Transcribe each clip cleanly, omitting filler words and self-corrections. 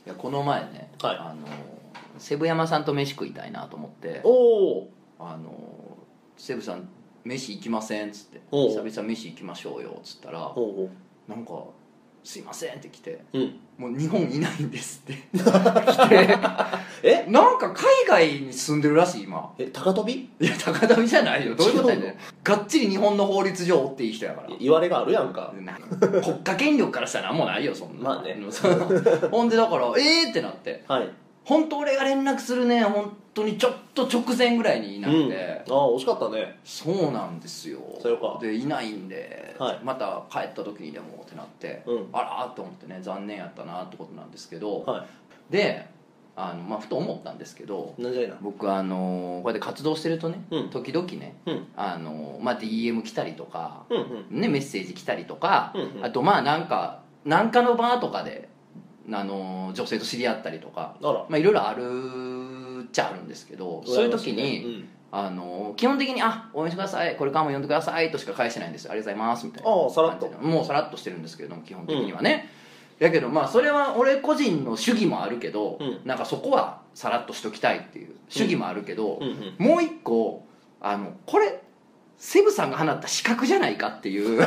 やこの前ね、 はいセブ山さんと飯食いたいなと思って、 おおセブさん飯行きませんっつって、 おう久々飯行きましょうよっつったら、 おうなんかすいませんって来て、 うんもう日本いないんですって来てなんか海外に住んでるらしい今。 高飛びいや高飛びじゃないよ、どういうことやねん。がっちり日本の法律上おっていい人やから言われがあるやんか。 国家権力からしたらなんもないよそんな。 まあねほんでだからってなって、 はい本当俺が連絡するね本当にちょっと直前ぐらいにいなくて、 ああ惜しかったね。 そうなんですよ。 そうかでいないんで、 はいまた帰った時にでもってなって、あらーと思ってね、残念やったなってことなんですけど、 はでふと思ったんですけど、 いなんじゃいな。 僕こうやって活動してるとね、時々ね、DM 来たりとか、ね、メッセージ来たりとか、あとなんかの場とかで女性と知り合ったりとか、いろいろあるっちゃあるんですけど、そういう時に、基本的に「応援してください、これからも呼んでください」としか返してないんですよ。ありがとうございますみたいなさらっともうさらっとしてるんですけども、基本的にはね、だけどそれは俺個人の主義もあるけど、なんかそこはさらっとしときたいっていう主義もあるけど、もう一個これセブさんが放った資格じゃないかっていう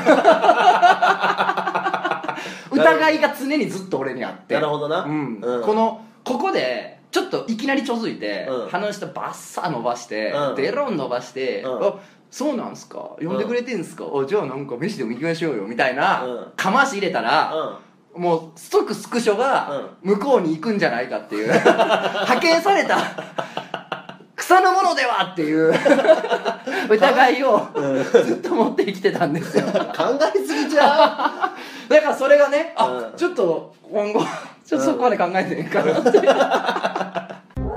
疑いが常にずっと俺にあって、 なるほどな、 ここでちょっといきなりちょづいて、鼻の下バッサー伸ばして、ベロン伸ばして、あそうなんすか呼んでくれてんすか、じゃあなんか飯でも行きましょうよみたいな、かまし入れたら、もう即スクショが向こうに行くんじゃないかっていう派遣された草のものではっていう疑いをずっと持って生きてたんですよ。 考えすぎちゃうだからそれがね、ちょっと今後ちょっとそこまで考えてねえかなって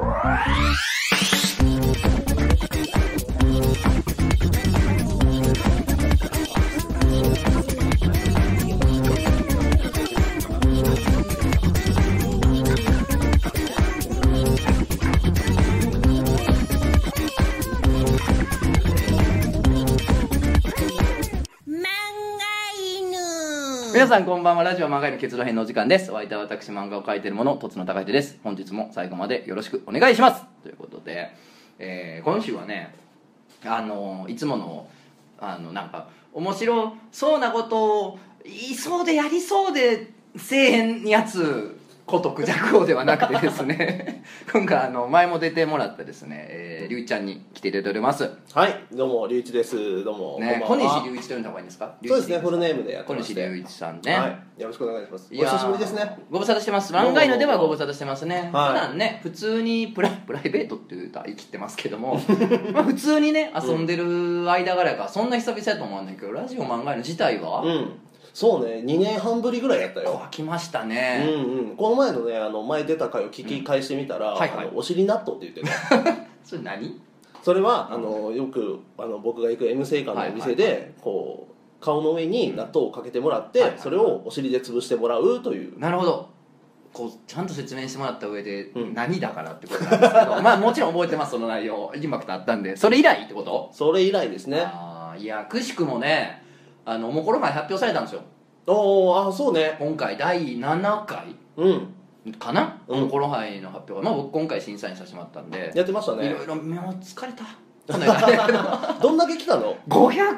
皆さんこんばんは。ラジオ漫画への結論編のお時間です。お相手は私、漫画を描いている者とつの高秀です。本日も最後までよろしくお願いしますということで、今週はねいつものなんか面白そうなことを言いそうでやりそうでせえへんやつことクジャク王ではなくてですね今回前も出てもらったですね、りゅうちゃんに来ていただいております。 はい、どうもりゅういちです。どうもね、小西隆一と呼んだ方がいいんですか？ そうですね、フルネームでやってまして、 小西隆一さんね、 はい、よろしくお願いします。お久しぶりですね。 ご無沙汰してます。漫画犬ではご無沙汰してますね。普段ね、普通にプライベートって言うたら生きてますけども普通にね遊んでる間柄やからそんな久々やと思わないけど、ラジオ漫画犬自体はそうね、2年半ぶりぐらいやったよ。 来ましたね。 この前のね、前出た回を聞き返してみたら、お尻納豆って言ってねそれ何？ それはよく僕が行く M 製菓のお店でこう顔の上に納豆をかけてもらって、それをお尻で潰してもらうという。 なるほど。こうちゃんと説明してもらった上で、何だからってことなんですけどもちろん覚えてます、その内容。インパクトあったんで。それ以来ってこと？ それ以来ですね。 いやくしくもね、おもころ杯発表されたんですよ。 そうね、 今回第7回かな、おもころ杯の発表が、僕今回審査員させてもらったんでやってましたね。 いろいろもう疲れたどんだけ来たの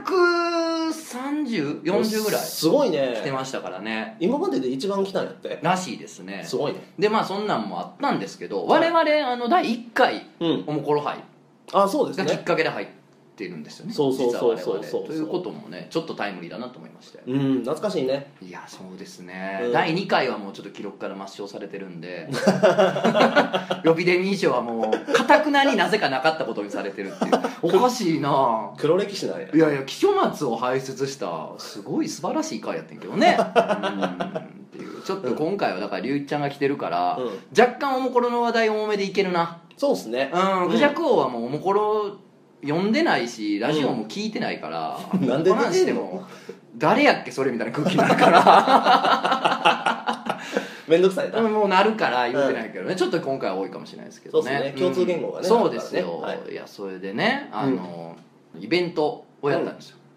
？530、40ぐらいすごいね。 来てましたからね。 今までで一番来たんやってらしいですね。 すごいね。 でそんなんもあったんですけど、我々第1回おもころ杯そうですねがきっかけで入ってるんですよね。 そう実は我々ということもね、ちょっとタイムリーだなと思いまして。 懐かしいね。 いやそうですね、第2回はもうちょっと記録から抹消されてるんで呼びデミー賞はもうかたくなになぜかなかったことにされてるっていうおかしいな。 黒歴史なんや。 いや希少松を輩出したすごい素晴らしい回やってんけどねっていう。ちょっと今回はだからりゅうちゃんが来てるから、若干おもころの話題多めでいけるな。 そうっすね。 クジャク王はもうおもころ読んでないしラジオも聞いてないから、 なんで出てんの？ 誰やっけそれみたいな空気になるからめんどくさいな。 もうなるから言うてないけどね、ちょっと今回は多いかもしれないですけどね。 そうですね、共通言語がね。 そうですよ。いやそれでねイベントをやったんですよ。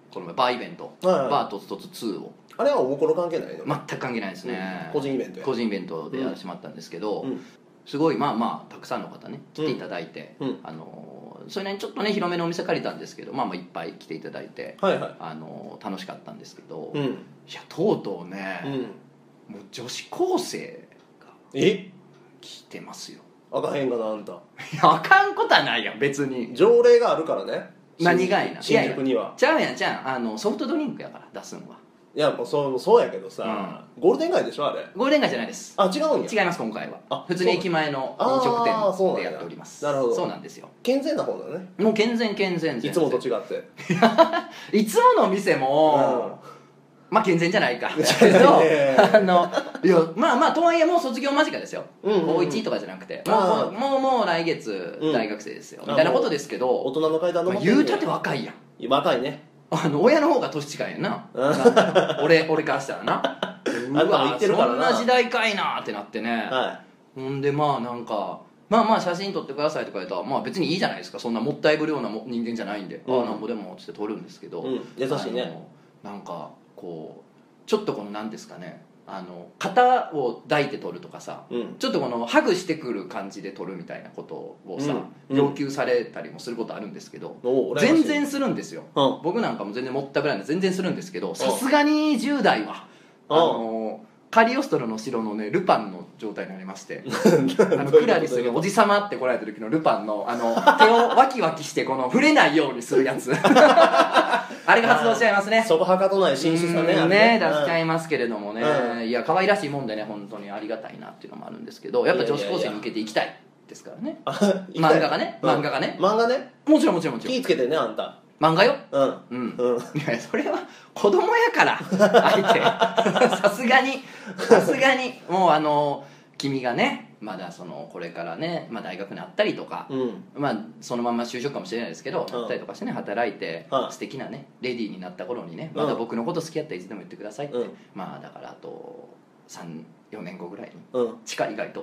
この前バーイベント、 はいはい、 バーとつとつ2をあれはおもころ関係ないの？ 全く関係ないですね、 個人イベントや。 個人イベントでやらせてもらったんですけど、 うんすごいまあまあたくさんの方ね来ていただいて、それなりにちょっとね広めのお店借りたんですけど、まあまあいっぱい来ていただいて、 はいはい、 楽しかったんですけど、 いやとうとうね、もう女子高生が来てますよ。 あかへんかなあんた。 いやあかんことはないやん別に。 条例があるからね。 何がいな新宿には。 ちゃうやんちゃうソフトドリンクやから出すんは。 いやもうそうやけどさ、ゴールデン街でしょあれ。 ゴールデン街じゃないです。 あ、違うんや。 違います今回は。普通に駅前の飲食店でやっております。 なるほど。 そうなんですよ。 健全な方だね。 もう健全いつもと違って。 いつもの店も、まあ健全じゃないかけどいやまあまあとはいえもう卒業間近ですよ、高1とかじゃなくてもう来月大学生ですよ、みたいなことですけど、 大人の階段の言うたって若いやん。 若いね。 親の方が年近いやんな俺からしたらなうわそんな時代かいなってなってね、ほんでまあなんかまあまあ写真撮ってくださいとか言ったらまあ別にいいじゃないですか、そんなもったいぶるような人間じゃないんで、ああなんぼでもって撮るんですけど、 優しいね。 なんかこうちょっとこの何ですかね、肩を抱いて撮るとかさ、ちょっとこのハグしてくる感じで撮るみたいなことをさ、要求されたりもすることあるんですけど、全然するんですよ、僕なんかも全然もったいぶらないんで全然するんですけど、さすがに10代はカリオストロの城のねルパンの状態になりましてクラリスにおじさまって来られた時のルパンの手をワキワキしてこの触れないようにするやつあれが発動しちゃいますね。 そこはかとない紳士さね出しちゃいますけれどもね、いや可愛らしいもんでね本当にありがたいなっていうのもあるんですけど、やっぱ女子高生に向けていきたいですからね。漫画がねもちろんもちろん気ぃつけてねあんた。 漫画よ。いやそれは子供やから相手さすがにもう君がねまだこれからね、まあ、大学にあったりとか、まあそのまま就職かもしれないですけど、あったりとかしてね働いて、素敵なねレディーになった頃にね、まだ僕のこと好きやったらいつでも言ってくださいって、まあだからあと3-4年後ぐらいに、近い意外と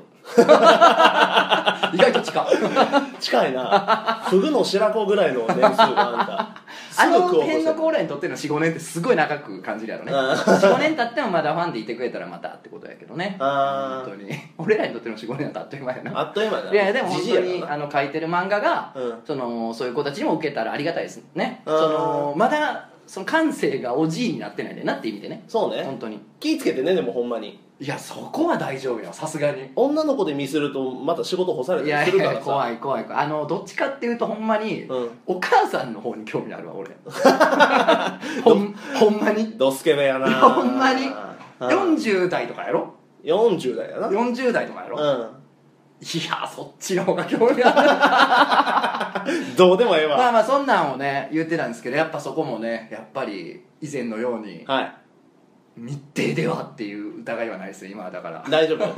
近いな。フグの白子ぐらいの年数があんた天の高麗にとっての 4,5 年ってすごい長く感じるやろね。4,5 年経ってもまだファンでいてくれたらまたってことやけどね、本当に俺らにとっての 4,5 年だとあっという間やな。 あっという間だ。 いやでも本当に書いてる漫画が、そういう子たちにも受けたらありがたいですね。まだ感性がおじいになってないんだよなって意味でね。 そうね、 本当に気ぃつけてね。でもほんまにいやそこは大丈夫よ、さすがに。 女の子でミスるとまた仕事干されたりするからさ。 怖いどっちかっていうとほんまに、お母さんの方に興味あるわ俺ほんまにドスケベやな。 ほんまに40代とかやろ。 40代やな。 40代とかやろ。いやそっちの方が興味あるどうでもええわ。 まあそんなんをね言ってたんですけど、やっぱそこもねやっぱり以前のように、日程ではっていう疑いはないですよ今は。だから大丈夫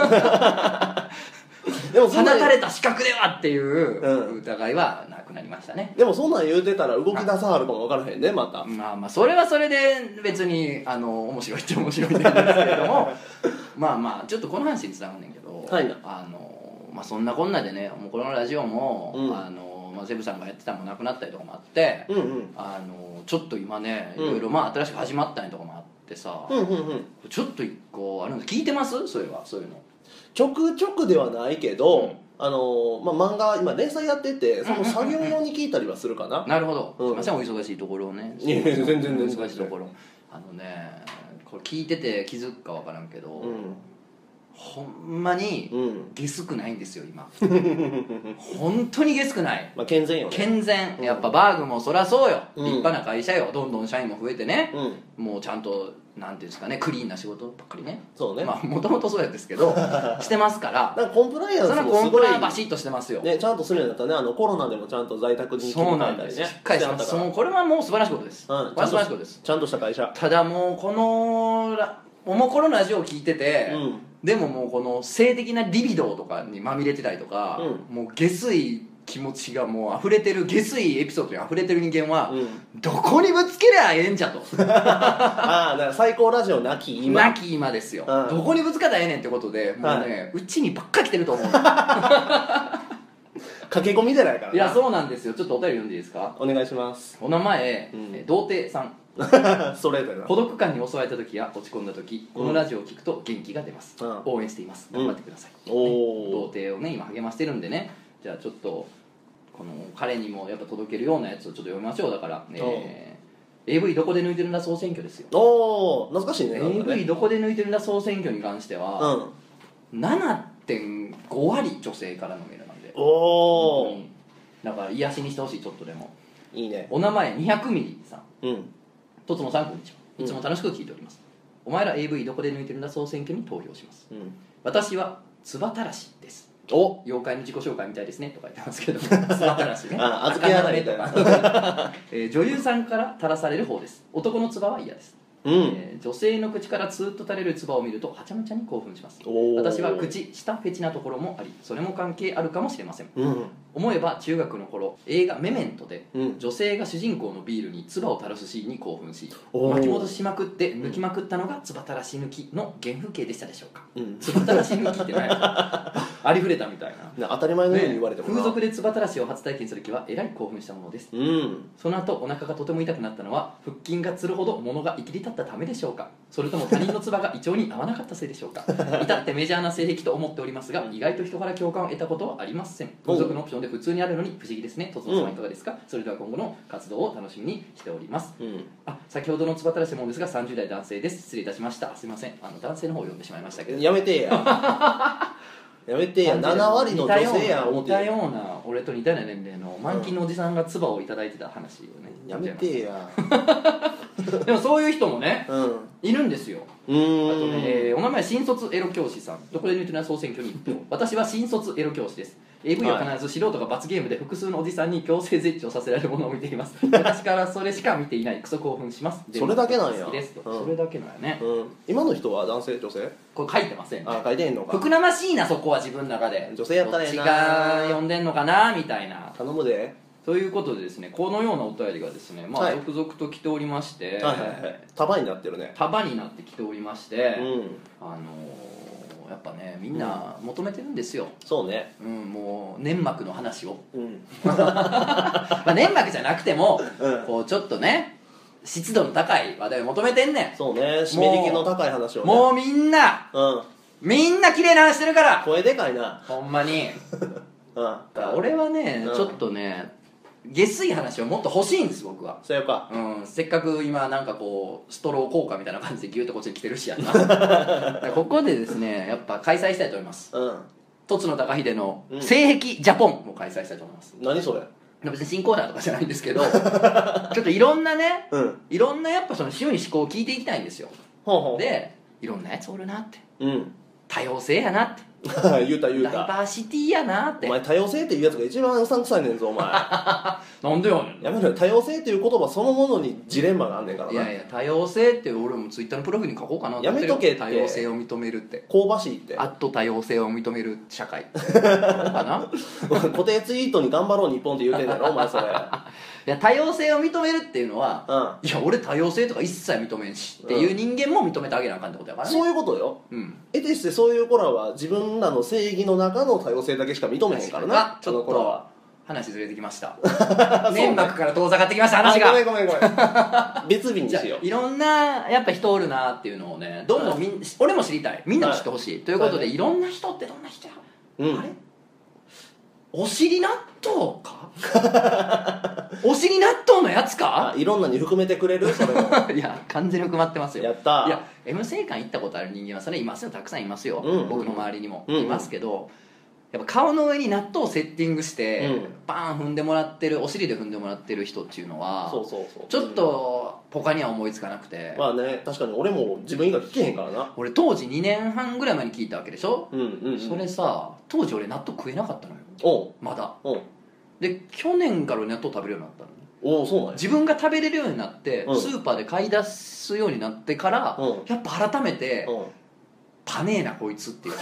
でも放たれた資格ではっていう疑いはなくなりましたね。 でもそんなん言うてたら動き出さはるかも分からへんねまた。 まあそれはそれで別に面白いっちゃ面白いんですけれどもまあちょっとこの話につながんねんけど、まあそんなこんなでね、もうこのラジオも、セブさんがやってたのもなくなったりとかもあって、ちょっと今ねいろいろ新しく始まったりとかもあってさ、ちょっと一個あるんです。聞いてます？そういうのちょくちょくではないけど、漫画今連載やってて、その作業用に聞いたりはするかな。 なるほど、すいませんお忙しいところをね。 全然忙しいところこれ聞いてて気づくか分からんけど、ほんまにゲスくないんですよ今本当にゲスくない。 健全よね。 健全。やっぱバーグもそりゃそうよ、立派な会社よ、どんどん社員も増えてね、もうちゃんとなんていうんですかね、クリーンな仕事ばっかりね。 そうね、 もともとそうやですけどしてますから。 コンプライアンスもすごいコンプラバシッとしてますよね。ちゃんとするようになったね。コロナでもちゃんと在宅にそうなんです、しっかりしてます。これはもう素晴らしいことです。素晴らしいことです。 ちゃんとした会社。 ただもうこのおもころラジオを聞いてて、でももうこの性的なリビドーとかにまみれてたりとか、もう下水気持ちがもう溢れてる、下水エピソードに溢れてる人間は、どこにぶつけりゃええんじゃとだから最高ラジオなき今ですよ、どこにぶつかったらええねんってことで、もうね、うちにばっか来てると思う駆け込みじゃないからな。 いやそうなんですよ。ちょっとお便り読んでいいですか？ お願いします。 お名前、童貞さんストレートやな。 孤独感に襲われた時や落ち込んだ時、このラジオを聞くと元気が出ます、応援しています、頑張ってください、童貞をね今励ましてるんでね、じゃあちょっとこの彼にもやっぱ届けるようなやつをちょっと読みましょう。だから、AV どこで抜いてるんだ総選挙ですよ。 おお懐かしいね。 AV どこで抜いてるんだ総選挙に関しては、7.5 割女性からのメールなんで、 おおだから癒しにしてほしい。ちょっとでもいいね。 お名前200ミリさん、 うんとつのさんこんにちは、いつも楽しく聞いております、お前ら AV どこで抜いてるんだ総選挙に投票します、私はつばたらしです。 お妖怪の自己紹介みたいですねとか言ってますけどつばたらしねあずきやなみたいな女優さんから垂らされる方です。男のつばは嫌です、女性の口からツーッと垂れるつばを見るとはちゃめちゃに興奮します。私は口下フェチなところもあり、それも関係あるかもしれません、思えば中学の頃映画「メメント」で、女性が主人公のビールに唾を垂らすシーンに興奮し、巻き戻しまくって抜きまくったのがつばたらし抜きの原風景でしたでしょうか。つばたらし抜きって何やありふれたみたいな、 当たり前のように言われてもな、 風俗でつばたらしを初体験する気はえらい興奮したものです、その後お腹がとても痛くなったのは腹筋がつるほど物が生きり立ったためでしょうか、それとも他人のつばが胃腸に合わなかったせいでしょうか至ってメジャーな性癖と思っておりますが、意外と人から共感を得たことはありません。風俗のオプションで普通にあるのに不思議ですね。とつのさんいかがですか。それでは今後の活動を楽しみにしております、先ほどのつばたらしもんですが30代男性です。失礼いたしました。すいません、男性の方を読んでしまいましたけど、 やめてややめてや、7割の女性や思って似たような俺と似たような年齢の満勤のおじさんが唾をいただいてた話をね、 やめてやでもそういう人もね、いるんですよ。あとね、お名前新卒エロ教師さん、どこで抜いてるの総選挙に1票私は新卒エロ教師です。 AV は必ず素人が罰ゲームで複数のおじさんに強制絶頂させられるものを見ています。私からそれしか見ていない、クソ興奮します。 それだけなんや。 好きですと、それだけなんやね、 今の人は男性女性これ書いてませんね。 書いてんのか。 福生しいな、そこは自分の中で女性やったらええな、 どっちが読んでんのかなみたいな。 頼むで。 ということでですね、このようなお便りがですね、続々と来ておりまして、 束になってるね。 束になってきておりまして、やっぱねみんな求めてるんですよ、 そうね、 もう粘膜の話を、粘膜じゃなくても、こうちょっとね湿度の高い話題を求めてんねん。 そうね、湿り気の高い話をね。 もうみんな綺麗な話してるから。 声でかいなほんまに俺はね、ちょっとね下水話をもっと欲しいんです僕は。 そうやか、 せっかく今なんかこうストロー効果みたいな感じでギュッとこっちに来てるしやなここでですねやっぱ開催したいと思います。とつの高秀の性癖ジャポンを開催したいと思います。 何それ。 別に新コーナーとかじゃないんですけどちょっといろんなね、いろんなやっぱその趣味思考を聞いていきたいんですよ。でいろんなやつおるなって、多様性やなって言うたダイバーシティやなって。 お前多様性っていうやつが一番うさんくさいねんぞお前なんでやねん。 やめろよ、多様性っていう言葉そのものにジレンマがあんねんからな。 いやいや多様性って俺もツイッターのプロフィールに書こうかなと思ってる。 やめとけって。 多様性を認めるって香ばしいって多様性を認める社会書こうかな固定ツイートに頑張ろう日本って言うてんだろお前それいや多様性を認めるっていうのは、いや俺多様性とか一切認めんしっていう人間も認めてあげなあかんってことやからね。 そういうことよ。得てしてそういう子らは自分らの正義の中の多様性だけしか認めへんからな。 ちょっと話ずれてきました粘膜から遠ざかってきました話が。 ごめん別日にしよう。 いろんなやっぱ人おるなっていうのをねどんどん俺も知りたい、みんなも知ってほしいということで、いろんな人ってどんな人やろ。あれお尻納豆かお尻納豆のやつか。 いろんなに含めてくれるそれもいや完全に含まってますよ。 やったー。 いや M 生館行ったことある人間はそれいますよ、たくさんいますよ、僕の周りにもいますけど、やっぱ顔の上に納豆をセッティングして、バーン踏んでもらってる、お尻で踏んでもらってる人っていうのはちょっと他には思いつかなくて。 まあね、確かに俺も自分以外聞けへんからな。 俺当時2年半ぐらい前に聞いたわけでしょ。それさ当時俺納豆食えなかったのよまだ。で去年から俺納豆食べるようになったの。 そうなんや。 自分が食べれるようになって、スーパーで買い出すようになってから、やっぱ改めて、パネーなこいつっていうこ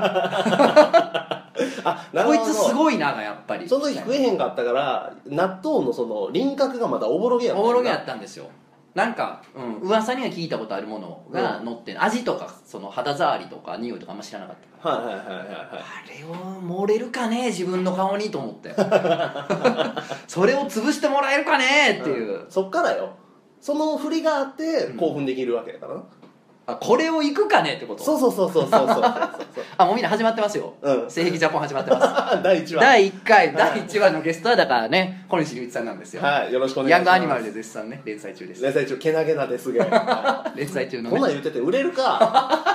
いつすごいながやっぱり。 その時食えへんかったから納豆のその輪郭がまだおぼろげやった。 おぼろげやったんですよ。なんか、噂には聞いたことあるものが載って味とかその肌触りとか匂いとかあんま知らなかったから、あれを盛れるかね自分の顔にと思ってそれを潰してもらえるかねっていう、 そっからよ。 その振りがあって興奮できるわけやからな、 あ、これを行くかねってこと。 そうそうそうそうそうそうあ、もうみんな始まってますよ、 うん性癖ジャポン始まってます第1話第1回、第1話のゲストはだからね、小西隆一さんなんですよ。 はい、よろしくお願いします。 ヤングアニマルで絶賛ね連載中です。 連載中、けなげなですげえ連載中のこんなんね言ってて売れるか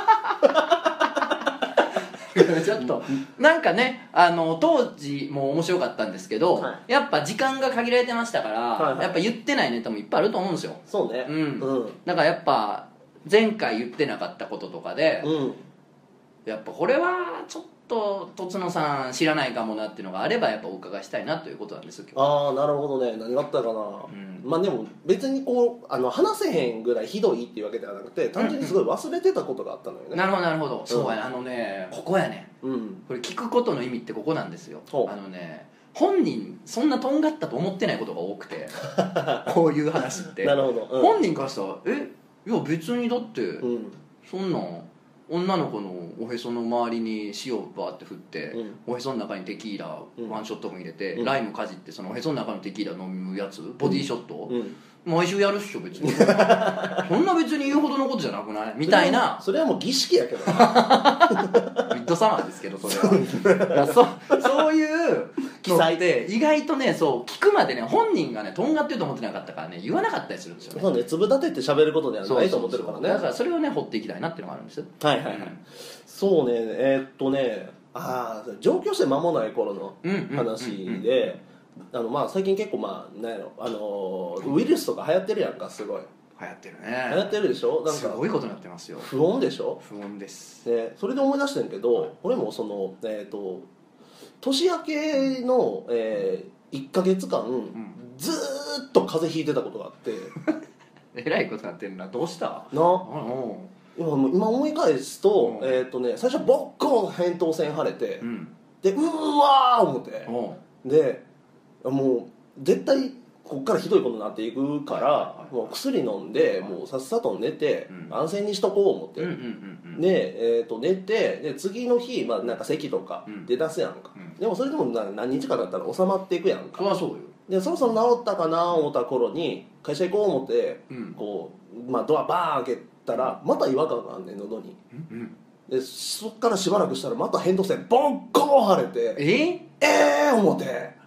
ちょっとなんかね、当時も面白かったんですけど、 はやっぱ時間が限られてましたから、 はいはいやっぱ言ってないネタもいっぱいあると思うんですよ。 そうね、 うんうんだからやっぱ前回言ってなかったこととかで、 うんやっぱこれはちょっととつのさん知らないかもなっていうのがあればやっぱお伺いしたいなということなんですよ今日。 ああなるほどね、何があったかな、まあでも別にこう話せへんぐらいひどいっていうわけではなくて、単純にすごい忘れてたことがあったのよね、 なるほどなるほど、そうやね、ここやね、 うんこれ聞くことの意味ってここなんですよ。 ほう本人そんなとんがったと思ってないことが多くてこういう話ってなるほど、 本人からしたらいや別にだって、 うんそんなん女の子のおへその周りに塩バーって振って、おへその中にテキーラワンショットも入れて、ライムかじってそのおへその中のテキーラ飲むやつボディーショット、毎週やるっしょ別にそんな別に言うほどのことじゃなくないみたいな。 それはもう儀式やけどなミッドサマーですけどそれはだからそういうのって意外とね、そう聞くまでね本人がねとんがってると思ってなかったからね言わなかったりするんですよね。 そうね、粒立てて喋ることではないと思ってるからね。 だからそれをね掘っていきたいなっていうのがあるんですよ。 はいはいはい、そうね、上京して間もない頃の話で、まあ最近結構なんやろ、ウイルスとか流行ってるやんか、すごい流行ってる流ね。 行ってるでしょ、なんかすごいことになってますよ。 不穏でしょ。 不穏です。 でそれで思い出してんけど、俺もその年明けの、1ヶ月間、ずーっと風邪ひいてたことがあってえらいことになってるな。どうしたな今思い返すと、最初ボッコン扁桃腺腫れて、でうわー思ってでもう絶対こっからひどいことになっていくから、もう薬飲んでもうさっさと寝て、安静にしとこう思って、で、寝てで次の日、なんか咳とか出だすやんか、でもそれでも何日かだったら収まっていくやんか。 そりゃそうよ。 でそろそろ治ったかな思った頃に会社行こう思って、こう、ドアバーン開けたらまた違和感があんねん喉に、でそっからしばらくしたらまた扁桃腺ボンコーン腫れて思って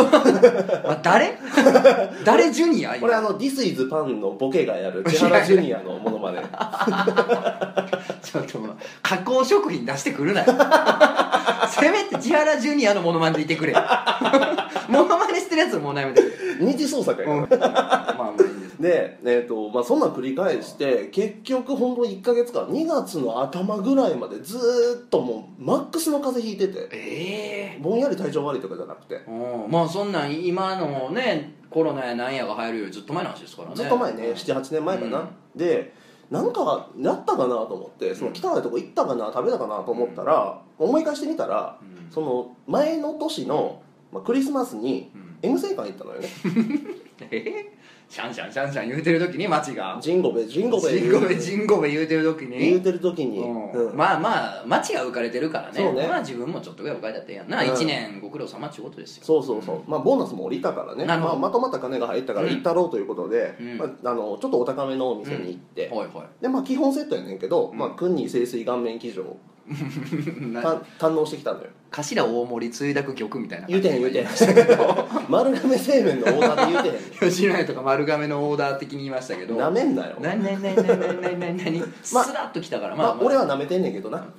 誰ジュニアこれThis is パンのボケがやる千原ジュニアのものまねちょっと加工食品出してくるなよせめて千原ジュニアのモノマネでいてくれモノマネしてるやつもうやめてくれ。 二次創作やから、まあいいんですで、そんなん繰り返して結局本当に1ヶ月間2月の頭ぐらいまでずーっともうマックスの風邪ひいてて、ぼんやり体調悪いとかじゃなくて、 まあそんなん今のねコロナやなんやが流行るよりずっと前の話ですからね。 ずっと前ね、78年前かな、でなんかやったかなと思って、その汚いとこ行ったかな食べたかなと思ったら、思い返してみたら、その前の年の、クリスマスに M 生館行ったのよねシャンシャンシャンシャン言うてる時に街がジンゴベジンゴベジンゴベジンゴベ言うてる時にまあ街が浮かれてるからね、まあ自分もちょっとぐらい浮かれたってやんな、1年ご苦労様っていうことですよ。 そう、ボーナスも降りたからね、まとまった金が入ったから行ったろうということで、ちょっとお高めのお店に行って、で基本セットやねんけど、君に清水顔面騎乗堪能してきたのよ。 頭大盛りつゆだく玉みたいな言うてへん丸亀製麺のオーダーで言うてへん吉野家とか丸亀のオーダー的に言いましたけど、 なめんなよ。 何スラッときたから俺はなめてんねんけどな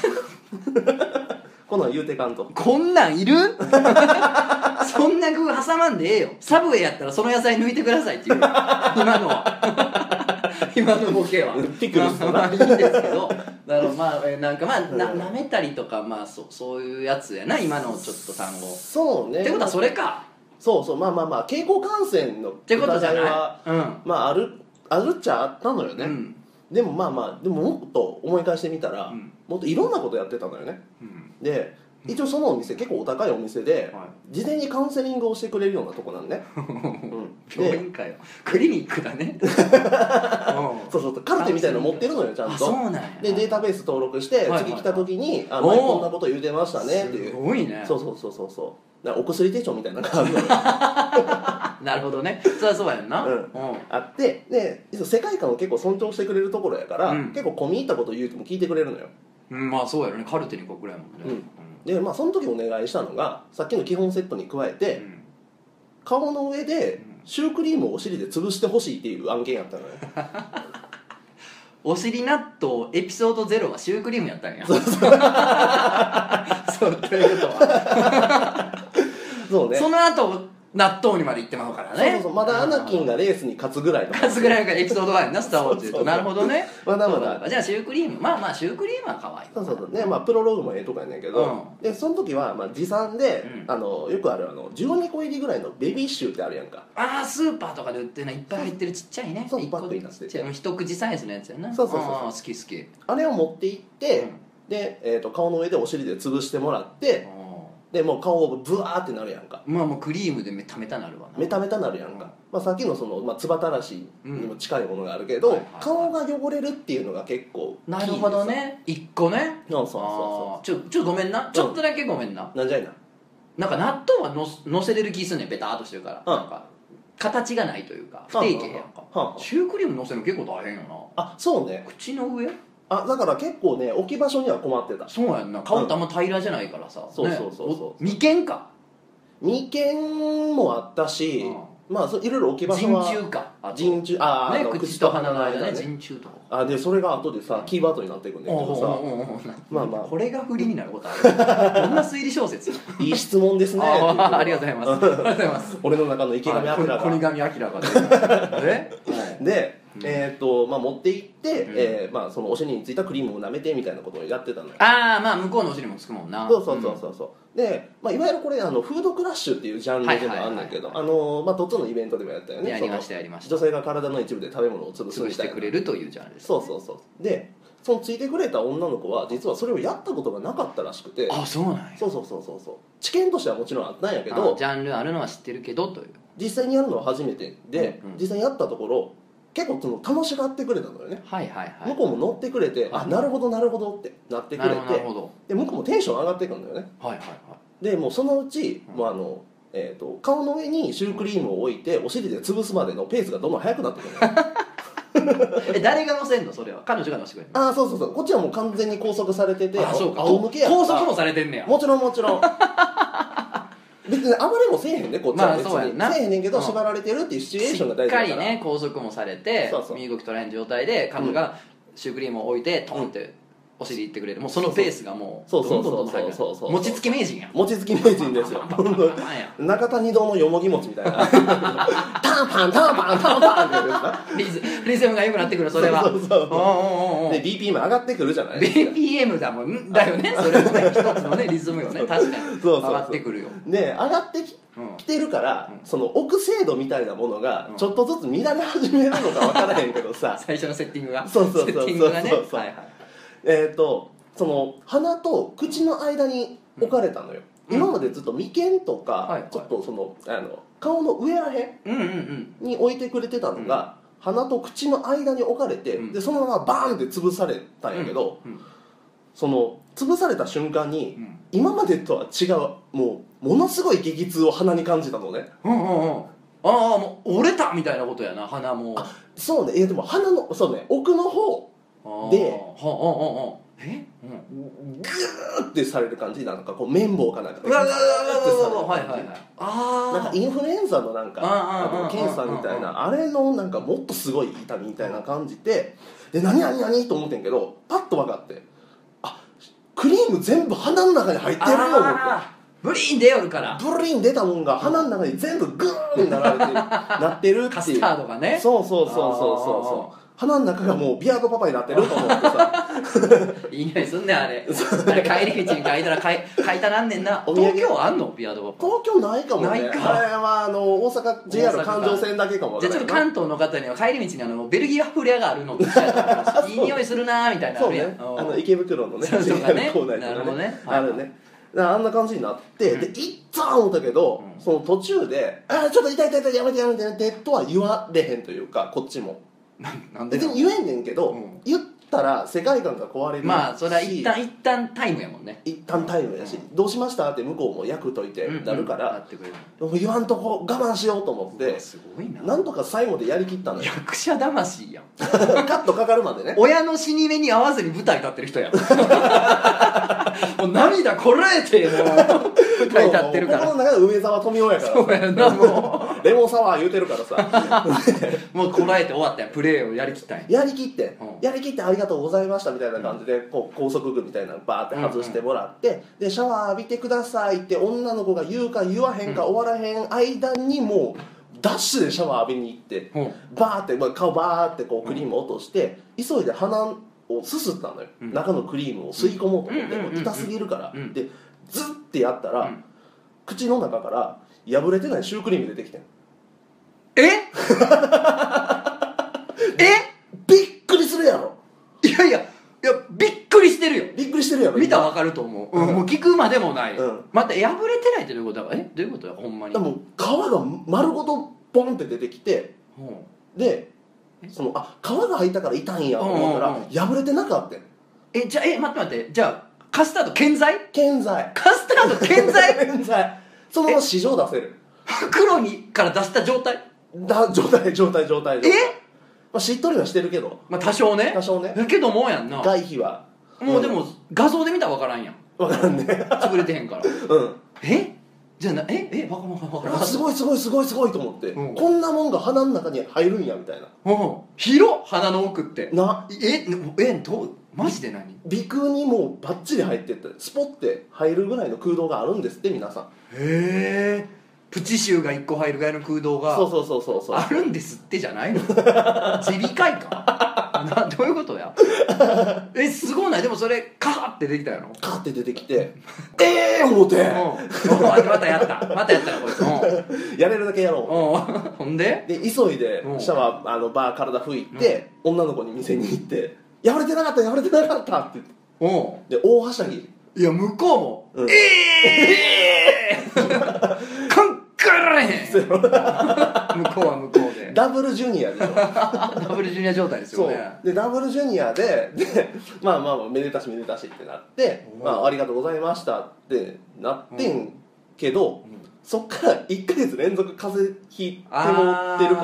こんなん言うてかんと。 こんなんいるそんな具挟まんでええよ。サブウェイやったらその野菜抜いてくださいっていう今のボケはピクルスといいんですけど、だからなんかなめたりとかそういうやつやな今のちょっと単語。 そうね。 ってことはそれか。 そう経口感染の疑いはあるっちゃあったのよね。でもでももっと思い返してみたら、もっといろんなことやってたのよね。で一応そのお店結構お高いお店で、 はい、 事前にカウンセリングをしてくれるようなとこなんね、うん、 病院かよ、クリニックだねそうそう、カルテみたいなの持ってるのよちゃんと。 そうなんや。 でデータベース登録して、はいはいはい、次来た時に前こんなこと言うてましたねっていう。 すごいね。 そうそうそうそうそう、だからお薬手帳みたいなのがあるのよなるほどね、そりゃそうやんな、 あって、で世界観を結構尊重してくれるところやから、結構込み入ったこと言うても聞いてくれるのよ。 まあそうやろね、カルテに書くぐらいもんね。 でまあその時お願いしたのが、さっきの基本セットに加えて、顔の上でシュークリームをお尻で潰してほしいっていう案件やったのよお尻納豆エピソード0はシュークリームやったんや。そうということはそうね、 その後納豆にまで行ってまうからね。 そうまだアナキンがレースに勝つぐらいの勝つぐらいがエピソード1やな、スター・ウォーズでいうと。なるほどね。 まだまだ。 じゃあシュークリーム、まあシュークリームは可愛い。 そうね、まあプロローグもええとかやねんけど、でその時はまあ持参で、よくある12個入りぐらいのベビーシューってあるやんか。 ああ、スーパーとかで売ってるのいっぱい入ってるちっちゃいね。 そう、パックになってて、 一口サイズのやつやな。 そう好き好き。 あれを持って行って、で顔の上でお尻で潰してもらって、でもう顔をブワーってなるやんか。 まあもうクリームでメタメタなるわな。 メタメタなるやんか、まあ、さっきのつばたらしにも近いものがあるけど、顔が汚れるっていうのが結構なるほどね、一個ね。 そうちょっとごめんな、ちょっとだけごめんな。 なんじゃいな。 なんか納豆はのせれる気すんねん、ベターっとしてるから、なんか形がないというか不定形やんか。シュークリームのせるの結構大変よな。 あ、そうね。 口の上、 だから結構ね、置き場所には困ってた。 そうやんな、顔ってあんま平らじゃないからさ。 そう眉間か、 眉間もあったし、まあいろいろ置き場所は人中か、 人中、 口と鼻の間ね、人中とか。 でそれが後でさキーワードになっていくんだけどさ、まあこれが振りになることある。こんな推理小説。 いい質問ですね。 ありがとうございます。ありがとうございます。 俺の中の池上彰が、 小上彰がでまあ持って行って、まあそのお尻についたクリームを舐めてみたいなことをやってたのよ。 まあ向こうのお尻もつくもんな。 そうで、まあ、いわゆるこれフードクラッシュっていうジャンルでもあるんだけど、まあトッツォのイベントでもやったよね。 やりましたやりました。 女性が体の一部で食べ物を潰すみたいな、 潰してくれるというジャンルです。 そうで、そのついてくれた女の子は実はそれをやったことがなかったらしくて。 あ、そうなんや。 そう知見としてはもちろんあったんやけど、 ジャンルあるのは知ってるけどという、 実際にやるのは初めてで、実際にやったところ結構楽しがってくれたのよね。向こうも乗ってくれて、なるほどってなってくれて、で向こうもテンション上がっていくんだよね。でもうそのうち、もう顔の上にシュークリームを置いてお尻で潰すまでのペースがどんどん速くなってくるのよ。 誰が乗せんの？それは彼女が乗せてくれるの？ そうこっちはもう完全に拘束されてて、 仰向けやった。拘束もされてんねや。 もちろん別に暴れもせえへんね、こっちは別にせえへんねんけど、縛られてるっていうシチュエーションが大事だから、 しっかりね拘束もされて、身動き取らへん状態で彼女がシュークリームを置いてトンってお尻いってくれる。もうそのペースがもうどんどんどんどん速くなる。餅つき名人や。 餅つき名人ですよ。中谷堂のよもぎ餅みたいなタンパンってリズムが良くなってくる。それはで BPM 上がってくるじゃない。 BPM だもんだよね。それもね一つのねリズムよね。確かに上がってくるよ。 で上がってきてるから、その置く精度みたいなものがちょっとずつ乱れ始めるのか分からへんけどさ、 最初のセッティングがセッティングがね、その鼻と口の間に置かれたのよ。今までずっと眉間とかちょっとその顔の上らへんに置いてくれてたのが、鼻と口の間に置かれて、でそのままバーンって潰されたんやけど、その潰された瞬間に、今までとは違うものすごい激痛を鼻に感じたのね。 もう折れたみたいなことやな、鼻も。 そうね。でも鼻の奥の方でグーってされる感じ。なんかこう綿棒かなんかでグーってされる感じ。なんかインフルエンザのなんか検査みたいな、あれのなんかもっとすごい痛みみたいな感じで、何と思ってんけど、パッと分かって、クリーム全部鼻の中に入ってるよ思って、 ブリーン出よるから、 ブリーン出たもんが鼻の中に全部グーンなられてなってるっていうカスタードがね。 そう鼻の中がもうビアードパパになってると思ってさいい匂いすんねんあれ。帰り道に書いたら買いたなんねんな。東京あんのビアードパパ？ 東京ないかもね。あれは大阪 JR 環状線だけかも。 じゃあちょっと関東の方には帰り道にベルギーワッフル屋があるのっていい匂いするなーみたいな。 そうね、池袋のね JR 構内とかねあるね。 あんな感じになって、でいっつぁん思ったけど、その途中で「ちょっと痛い痛い痛いやめてやめてやめて」とは言われへんというか、こっちもなんで別に言えんねんけど、言ったら世界観が壊れるし、 まあそれは一旦タイムやもんね。 一旦タイムやし、どうしましたって向こうも役解いてなるから、言わんとこ我慢しようと思って、すごいなんとか最後でやりきったのよ。 役者魂やん。 カットかかるまでね。 親の死に目に合わずに舞台立ってる人やん。もう涙こらえてもう舞台立ってるから。 心の中で梅沢富美男やから。 そうやな、もうレモンサワー言うてるからさ。 もうこらえて終わったやん。プレーをやりきったんや。 やりきってありがとうございましたみたいな感じで、こう高速具みたいなのバーって外してもらって、でシャワー浴びてくださいって女の子が言うか言わへんか終わらへん間に、もうダッシュでシャワー浴びに行って、バーって、顔バーってこうクリーム落として、急いで鼻をすすったのよ、中のクリームを吸い込もうと思って、もう痛すぎるから、でズッてやったら、口の中から破れてないシュークリーム出てきてん。びっくりするやろ。 いやびっくりしてるよ。 びっくりしてるやろ。 見たら分かると思う。もう聞くまでもない。また破れてないってどういうことだ。どういうことやほんまに。 でも皮が丸ごとポンって出てきて、でその皮が入ったから痛いんやと思ったら破れてなかったん。 じゃあ待ってじゃあカスタード健在カスタード健在健在。そのまま市場出せる。 袋にから出した状態まあしっとりはしてるけど、 まあ多少ねだけどもやんな。 外皮はもうでも画像で見たら分からんやん。 分からんね。 潰れてへんからじゃあ分からん。 すごいと思って、こんなもんが鼻の中に入るんやみたいな。 広っ鼻の奥ってどうマジで何鼻腔にもうバッチリ入ってってスポッて入るぐらいの空洞があるんですって皆さん。 へえ。プチ臭が1個入るぐらいの空洞がそうあるんですってじゃないの。耳鼻科医かどういうことや。すごいない。でもそれカーって出てきたやろ。 カーって出てきて思ってまたやったなこいつ。 やれるだけやろう。ほんで急いでシャワーバー体拭いて、女の子に店に行って「破れてなかった」って言ってで大はしゃぎ。 いや向こうもカンカラへん。向こうは向こうでダブルジュニアでしょ。 ダブルジュニア状態ですよね。 でダブルジュニアでまあめでたしってなって、ありがとうございましたってなってんけど、そっから1ヶ月連続風邪ひいてもってるから、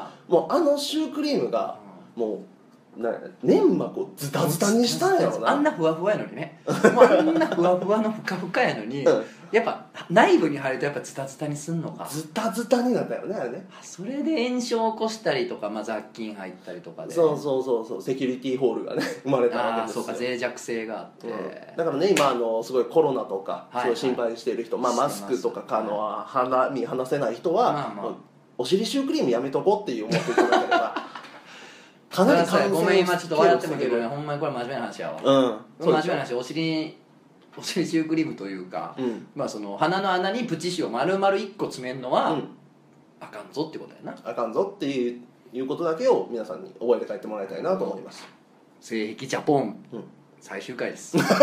もうシュークリームがもう粘膜をズタズタにしたんやろな。 あんなふわふわやのにね。もうあんなふわふわのふかふかやのに、やっぱ内部に入るとやっぱズタズタにすんのか。 ズタズタになったよねあれね。 それで炎症を起こしたりとか、雑菌入ったりとかで。 そうセキュリティホールがね生まれたわけですよ。 そうか、脆弱性があって、 だからね今すごいコロナとかすごい心配している人、マスクとか鼻に離せない人はお尻シュークリームやめとこうって思っていただければ。かなりごめん今ちょっと笑ってもけどね、ほんまにこれ真面目な話やわ。真面目な話、お尻シュークリームというか、その鼻の穴にプチシューを丸々1個詰めるのはあかんぞってことやな。 あかんぞっていうことだけを皆さんに覚えて帰ってもらいたいなと思います。 性癖ジャポン最終回です。こん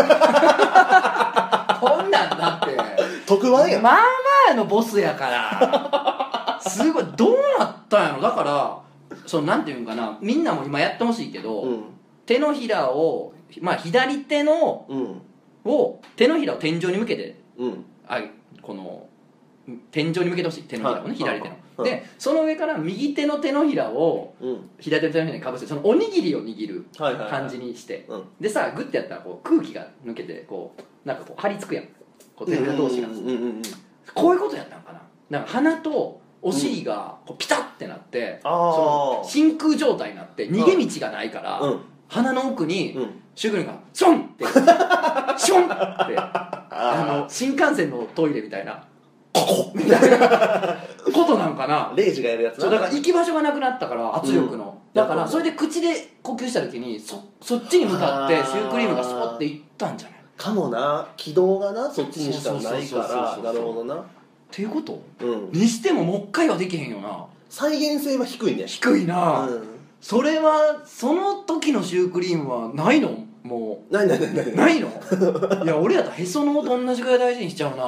なんだって特番や。 まあまあのボスやからすごいどうなったんやろ。だからなんていうんかな、みんなも今やってほしいけど、手のひらを左手の手のひらを天井に向けて、この天井に向けてほしい。手のひらをね、左手のでその上から右手の手のひらを左手の手のひらにかぶせて、そのおにぎりを握る感じにして、でさグッてやったら空気が抜けてなんか張り付くやん、手のひら同士が。こういうことやったのかな。なんか鼻とお尻がピタッてなって、真空状態になって逃げ道がないから、鼻の奥にシュークリームがションってションって新幹線のトイレみたいなここみたいなことなんかな。 レイジがやるやつだから行き場所がなくなったから圧力の、だからそれで口で呼吸した時にそっちに向かってシュークリームがスポッていったんじゃないかもな。軌道がなそっちにしかないから。なるほどなっていうこと、にしてももう一回はできへんよな。 再現性は低いね。 低いな、それはその時のシュークリームはないのもうないないのいや俺やったらへその緒と同じぐらい大事にしちゃうな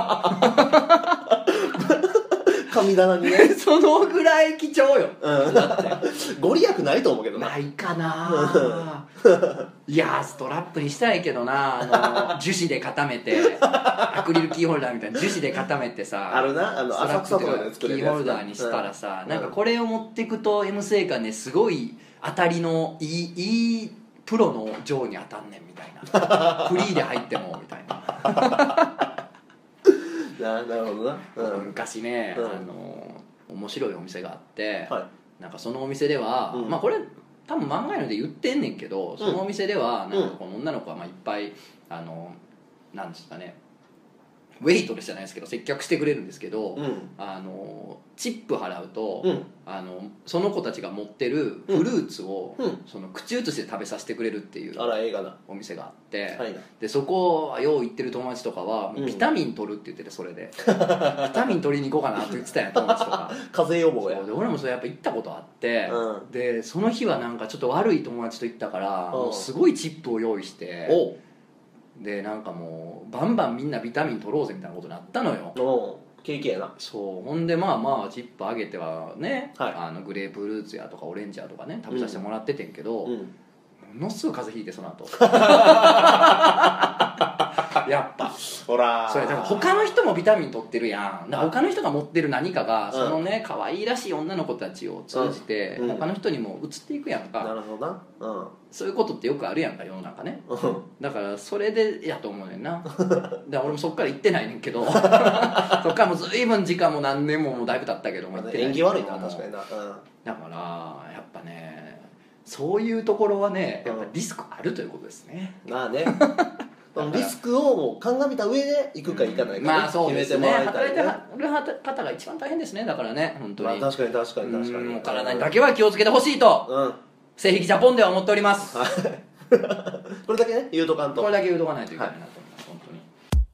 神棚にねそのぐらい貴重よ、だってご利益ないと思うけどないかないやストラップにしたいけどな樹脂で固めてアクリルキーホルダーみたいな樹脂で固めてさあるな浅草とかで作れるやつキーホルダーにしたらさ、なんかこれを持っていくと M 生館ですごい当たりのいいプロの上に当たんねんみたいなフリーで入ってもみたいななるほどな、 昔ね、面白いお店があって、 はい、 なんかそのお店では、まあこれ多分漫画ので言ってんねんけど、そのお店ではなんかこの女の子がまあいっぱいなんですかね、ウェイトレスじゃないですけど接客してくれるんですけど、チップ払うと、その子たちが持ってるフルーツを、その口移しで食べさせてくれるっていうお店があって、でそこよう行ってる友達とかはビタミン取るって言ってて、それでビタミン取りに行こうかなって言ってたんや、友達とか風邪予防や。 で俺もそれやっぱ行ったことあって、でその日はなんかちょっと悪い友達と行ったから、もうすごいチップを用意して、でなんかもうバンバンみんなビタミン取ろうぜみたいなことになったのよ。 景気やな。 そうほんでまあチップあげてはね、グレープフルーツやとかオレンジやとかね食べさせてもらっててんけど、ものすごい風邪ひいてその後やっぱほらそれだから他の人もビタミン取ってるやん。だから他の人が持ってる何かが、そのね可愛いらしい女の子たちを通じて、他の人にも移っていくやんか。 なるほどな、 そういうことってよくあるやんか世の中ね、だからそれでやと思うねんなだから俺もそっから行ってないねんけどそっからもう随分時間も何年もだいぶ経ったけども縁起悪いな確かにな、 だからやっぱねそういうところはねやっぱリスクあるということですね。 まあねリスクを鑑みた上で行くか行かないか、 まあそうですね、働いてる方が一番大変ですね。だからね本当に、 確かにもう体にだけは気をつけてほしいと、性癖ジャポンでは思っております。 これだけね言うとかんと、 これだけ言うとかないといけないなと思います、本当に。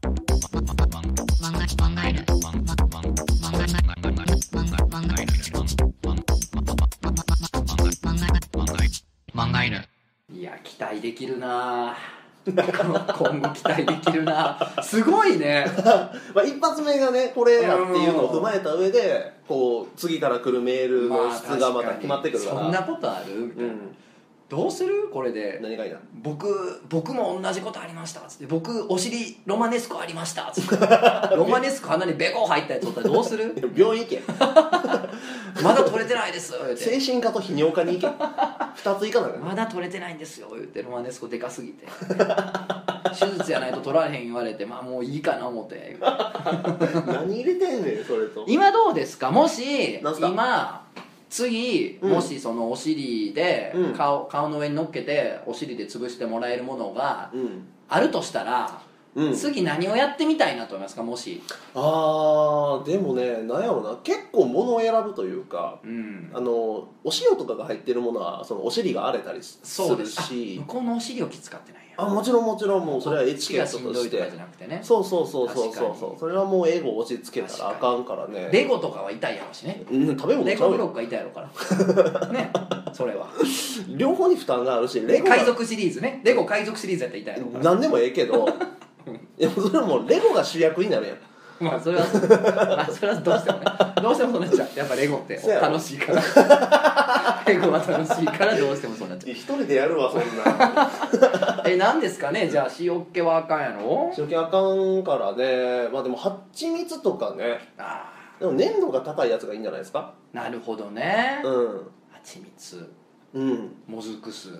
いや期待できるな今後期待できるなすごいねまあ一発目がねこれやっていうのを踏まえた上でこう次から来るメールの質がまた決まってくるから、 そんなことあるみたいな、どうするこれで何がいいな、 僕も同じことありましたっつって、僕お尻ロマネスコありましたっつってロマネスコ鼻にベコ入ったやつおったらどうする病院行けまだ取れてないですって精神科と泌尿科に行け2つ行かないまだ取れてないんですよ言って、ロマネスコでかすぎて手術やないと取られへん言われて、まあもういいかな思って何入れてんねんそれと。 今どうですか、もしなんすか今次、もしそのお尻で顔の上に乗っけてお尻で潰してもらえるものがあるとしたら、次何をやってみたいなと思いますか、もし。 でもねなんやろうな、結構物を選ぶというか、お塩とかが入ってるものはそのお尻が荒れたりするし、 向こうのお尻を気遣ってないや。 もちろんもうそれはエチケットとして、そうそれはもうエゴを押し付けたらあかんからね。 レゴとかは痛いやろしね、 食べ物レゴブロックが痛いやろからねそれは両方に負担があるし、 レゴ海賊シリーズね、レゴ海賊シリーズやったら痛いやろから何でもええけどいやそれはもうレゴが主役になるやん。 まあそれはどうしてもねどうしてもそうなっちゃう。やっぱレゴって楽しいからレゴは楽しいからどうしてもそうなっちゃう。 一人でやるわそんな何ですかね、じゃあ塩っ気はあかんやろ。 塩気あかんからね。まあでも蜂蜜とかね、でも粘度が高いやつがいいんじゃないですか。 なるほどね。蜂蜜、もずく酢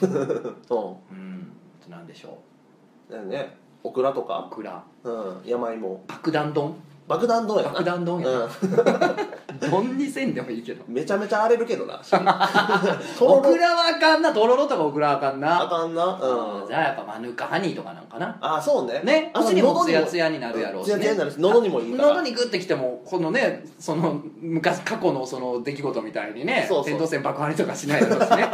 なんでしょうね、オクラとか、山芋、 爆弾丼やな、 丼にせんでもいいけどめちゃめちゃ荒れるけどなオクラはあかんな、とろろとかオクラはあかんな、じゃあやっぱマヌカハニーとかなんかな。そうね、お尻もツヤツヤになるやろうしね、 喉にもいいから、 喉にグッてきてもこのね、その過去のその出来事みたいにね、扁桃腺爆破とかしないやろうしね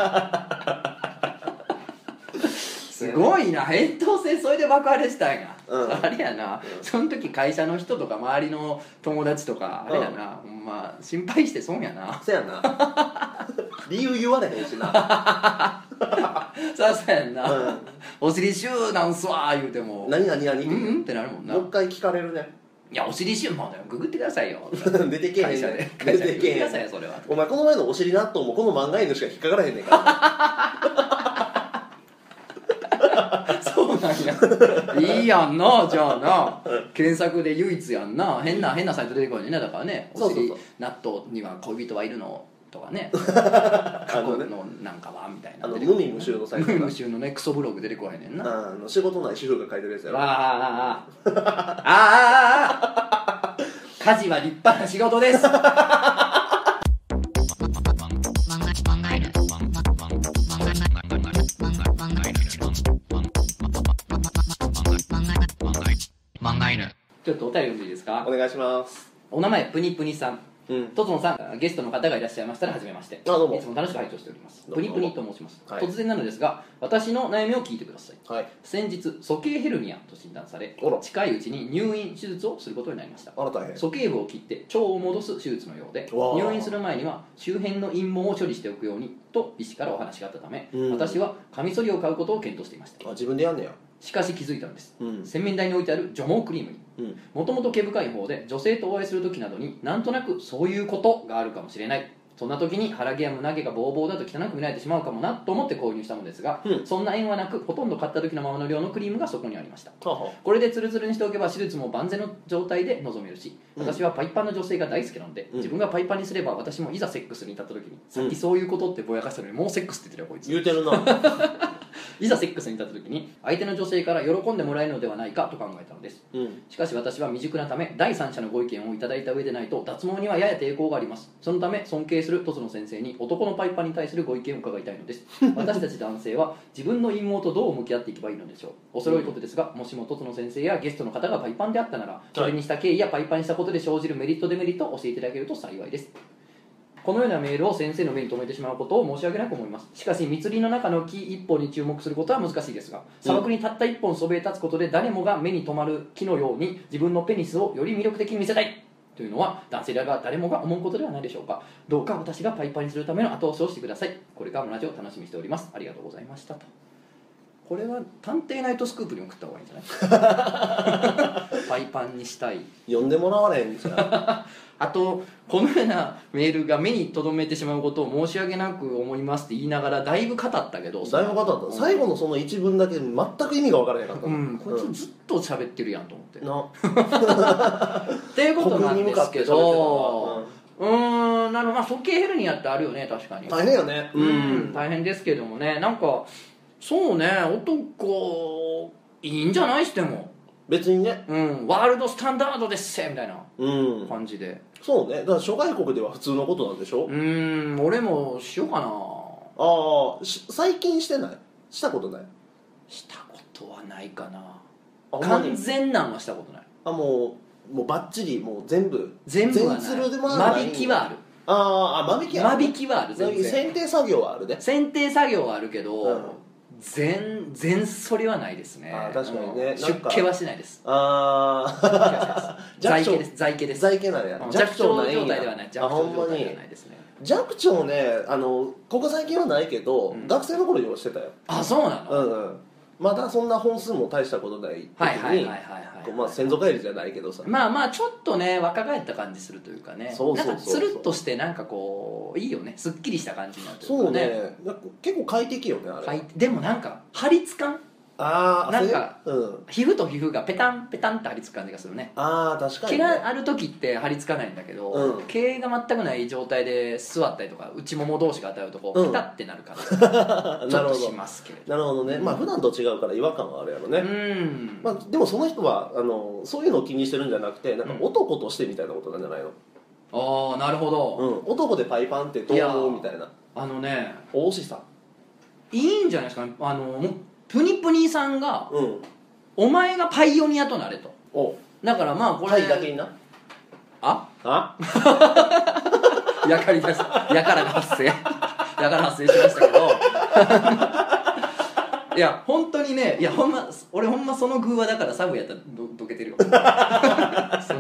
すごいな、扁桃腺それで爆破したんや、あれやな、その時会社の人とか周りの友達とかあれやな、まあ心配して損やな。 そうやな理由言われへんしなそうやんな、お尻シューなんすわー言うても何うんってなるもんな。 もう一回聞かれるね。 いやお尻シューもググってくださいよ出てけへんね。出てけへん。 それはお前この前のお尻納豆もこの漫画犬しか引っかからへんねんからそうなんやいいやんなじゃあな検索で唯一やんな。変なサイト出てこないね。だからねお尻納豆には恋人はいるのとかね過去のなんかはみたいな無味無臭のサイト無味無臭のねクソブログ出てこへんねんな。 仕事ない主婦が書いてるやつやろ。 家事は立派な仕事ですちょっとお便り読んでいいですか。 お願いします。 お名前プニプニさん。とつのさん、ゲストの方がいらっしゃいましたら、はじめまして。 どうもいつも楽しく拝聴しております。プニプニと申します。 はい、 突然なのですが、私の悩みを聞いてください。 はい、 先日、鼠径ヘルニアと診断され、近いうちに入院手術をすることになりました。鼠径部を切って腸を戻す手術のようで、入院する前には周辺の陰謀を処理しておくようにと医師からお話があったため、私はカミソリを買うことを検討していました。 自分でやんねや。 しかし気づいたのです、洗面台に置いてある除毛クリームにもともと毛深い方で女性とお会いする時などになんとなくそういうことがあるかもしれない、そんな時に腹毛や胸毛がボーボーだと汚く見られてしまうかもなと思って購入したのですが、そんな縁はなくほとんど買った時のままの量のクリームがそこにありました。これでツルツルにしておけば手術も万全の状態で臨めるし、私はパイパンの女性が大好きなので、自分がパイパンにすれば私もいざセックスに至った時に、さっきそういうことってぼやかしたのにもうセックスって言ってるよこいつ言うてるないざセックスに至った時に相手の女性から喜んでもらえるのではないかと考えたのです、しかし私は未熟なため第三者のご意見をいただいた上でないと脱毛にはやや抵抗があります。そのため尊敬するトスの先生に男のパイパンに対するご意見を伺いたいのです私たち男性は自分の陰謀とどう向き合っていけばいいのでしょう。恐れ多いことですが、もしもトスの先生やゲストの方がパイパンであったなら、それにした経緯やパイパンにしたことで生じるメリットデメリットを教えていただけると幸いです。このようなメールを先生の目に留めてしまうことを申し訳なく思います。しかし密林の中の木一本に注目することは難しいですが、砂漠にたった一本そびえ立つことで誰もが目に留まる木のように自分のペニスをより魅力的に見せたいというのは男性らが誰もが思うことではないでしょうか。どうか私がパイパンにするための後押しをしてください。これからもラジオを楽しみにしております。ありがとうございましたと。これは探偵ナイトスクープに送った方がいいんじゃないパイパンにしたい。 読んでもらわれへんじゃんあとこのようなメールが目に留めてしまうことを申し訳なく思いますって言いながらだいぶ語ったけど、 だいぶ語った、最後のその一文だけ全く意味が分からへんかった、 こいつずっと喋ってるやんと思ってなっていうことなんですけど、なるほど、鼠径ヘルニアってあるよね。確かに大変よね。 大変ですけどもね、なんかそうね、男いいんじゃないしても別にね、 ワールドスタンダードですみたいな感じで、 そうね、だから諸外国では普通のことなんでしょ。 俺もしようかな。 最近してない？したことない？ したことはないかな。完全なんはしたことない。 もうバッチリもう全部はない。 全でもない。 間引きはある。 間引きはある。 間引きはある。全然剪定作業はあるね。 剪定作業はあるけど、全剃りはないですね。 確かにね。 出家はしないです。在家です。 在家なんや。 弱聴状態ではない。 ほんまに弱聴ね、ここ最近はないけど、学生の頃用してたよ。 そうなの。 まだそんな本数も大したことない時に、先祖返りじゃないけどさ、 ちょっとね若返った感じするというかね、なんかつるっとしてなんかこういいよね、すっきりした感じになるというかね。 そうね、結構快適よねあれ。 でもなんか張りつかん、なんか、皮膚と皮膚がペタンペタンって張り付く感じがするね。 確かに、 毛がある時って張り付かないんだけど、毛が全くない状態で座ったりとか内もも同士が当たるとこうペタってなる感じがちょっとしますけれど。 なるほどね。普段と違うから違和感はあるやろね。でもその人はそういうのを気にしてるんじゃなくて、なんか男としてみたいなことなんじゃないの。 なるほど。 男でパイパンってどう思うみたいな。大志さんいいんじゃないですかね。プニプニさんが、お前がパイオニアとなれと。だからこれパイだけにな。 やからが発生しましたけどいや本当にね、俺ほんまその偶話だからサブやったらどけてるよ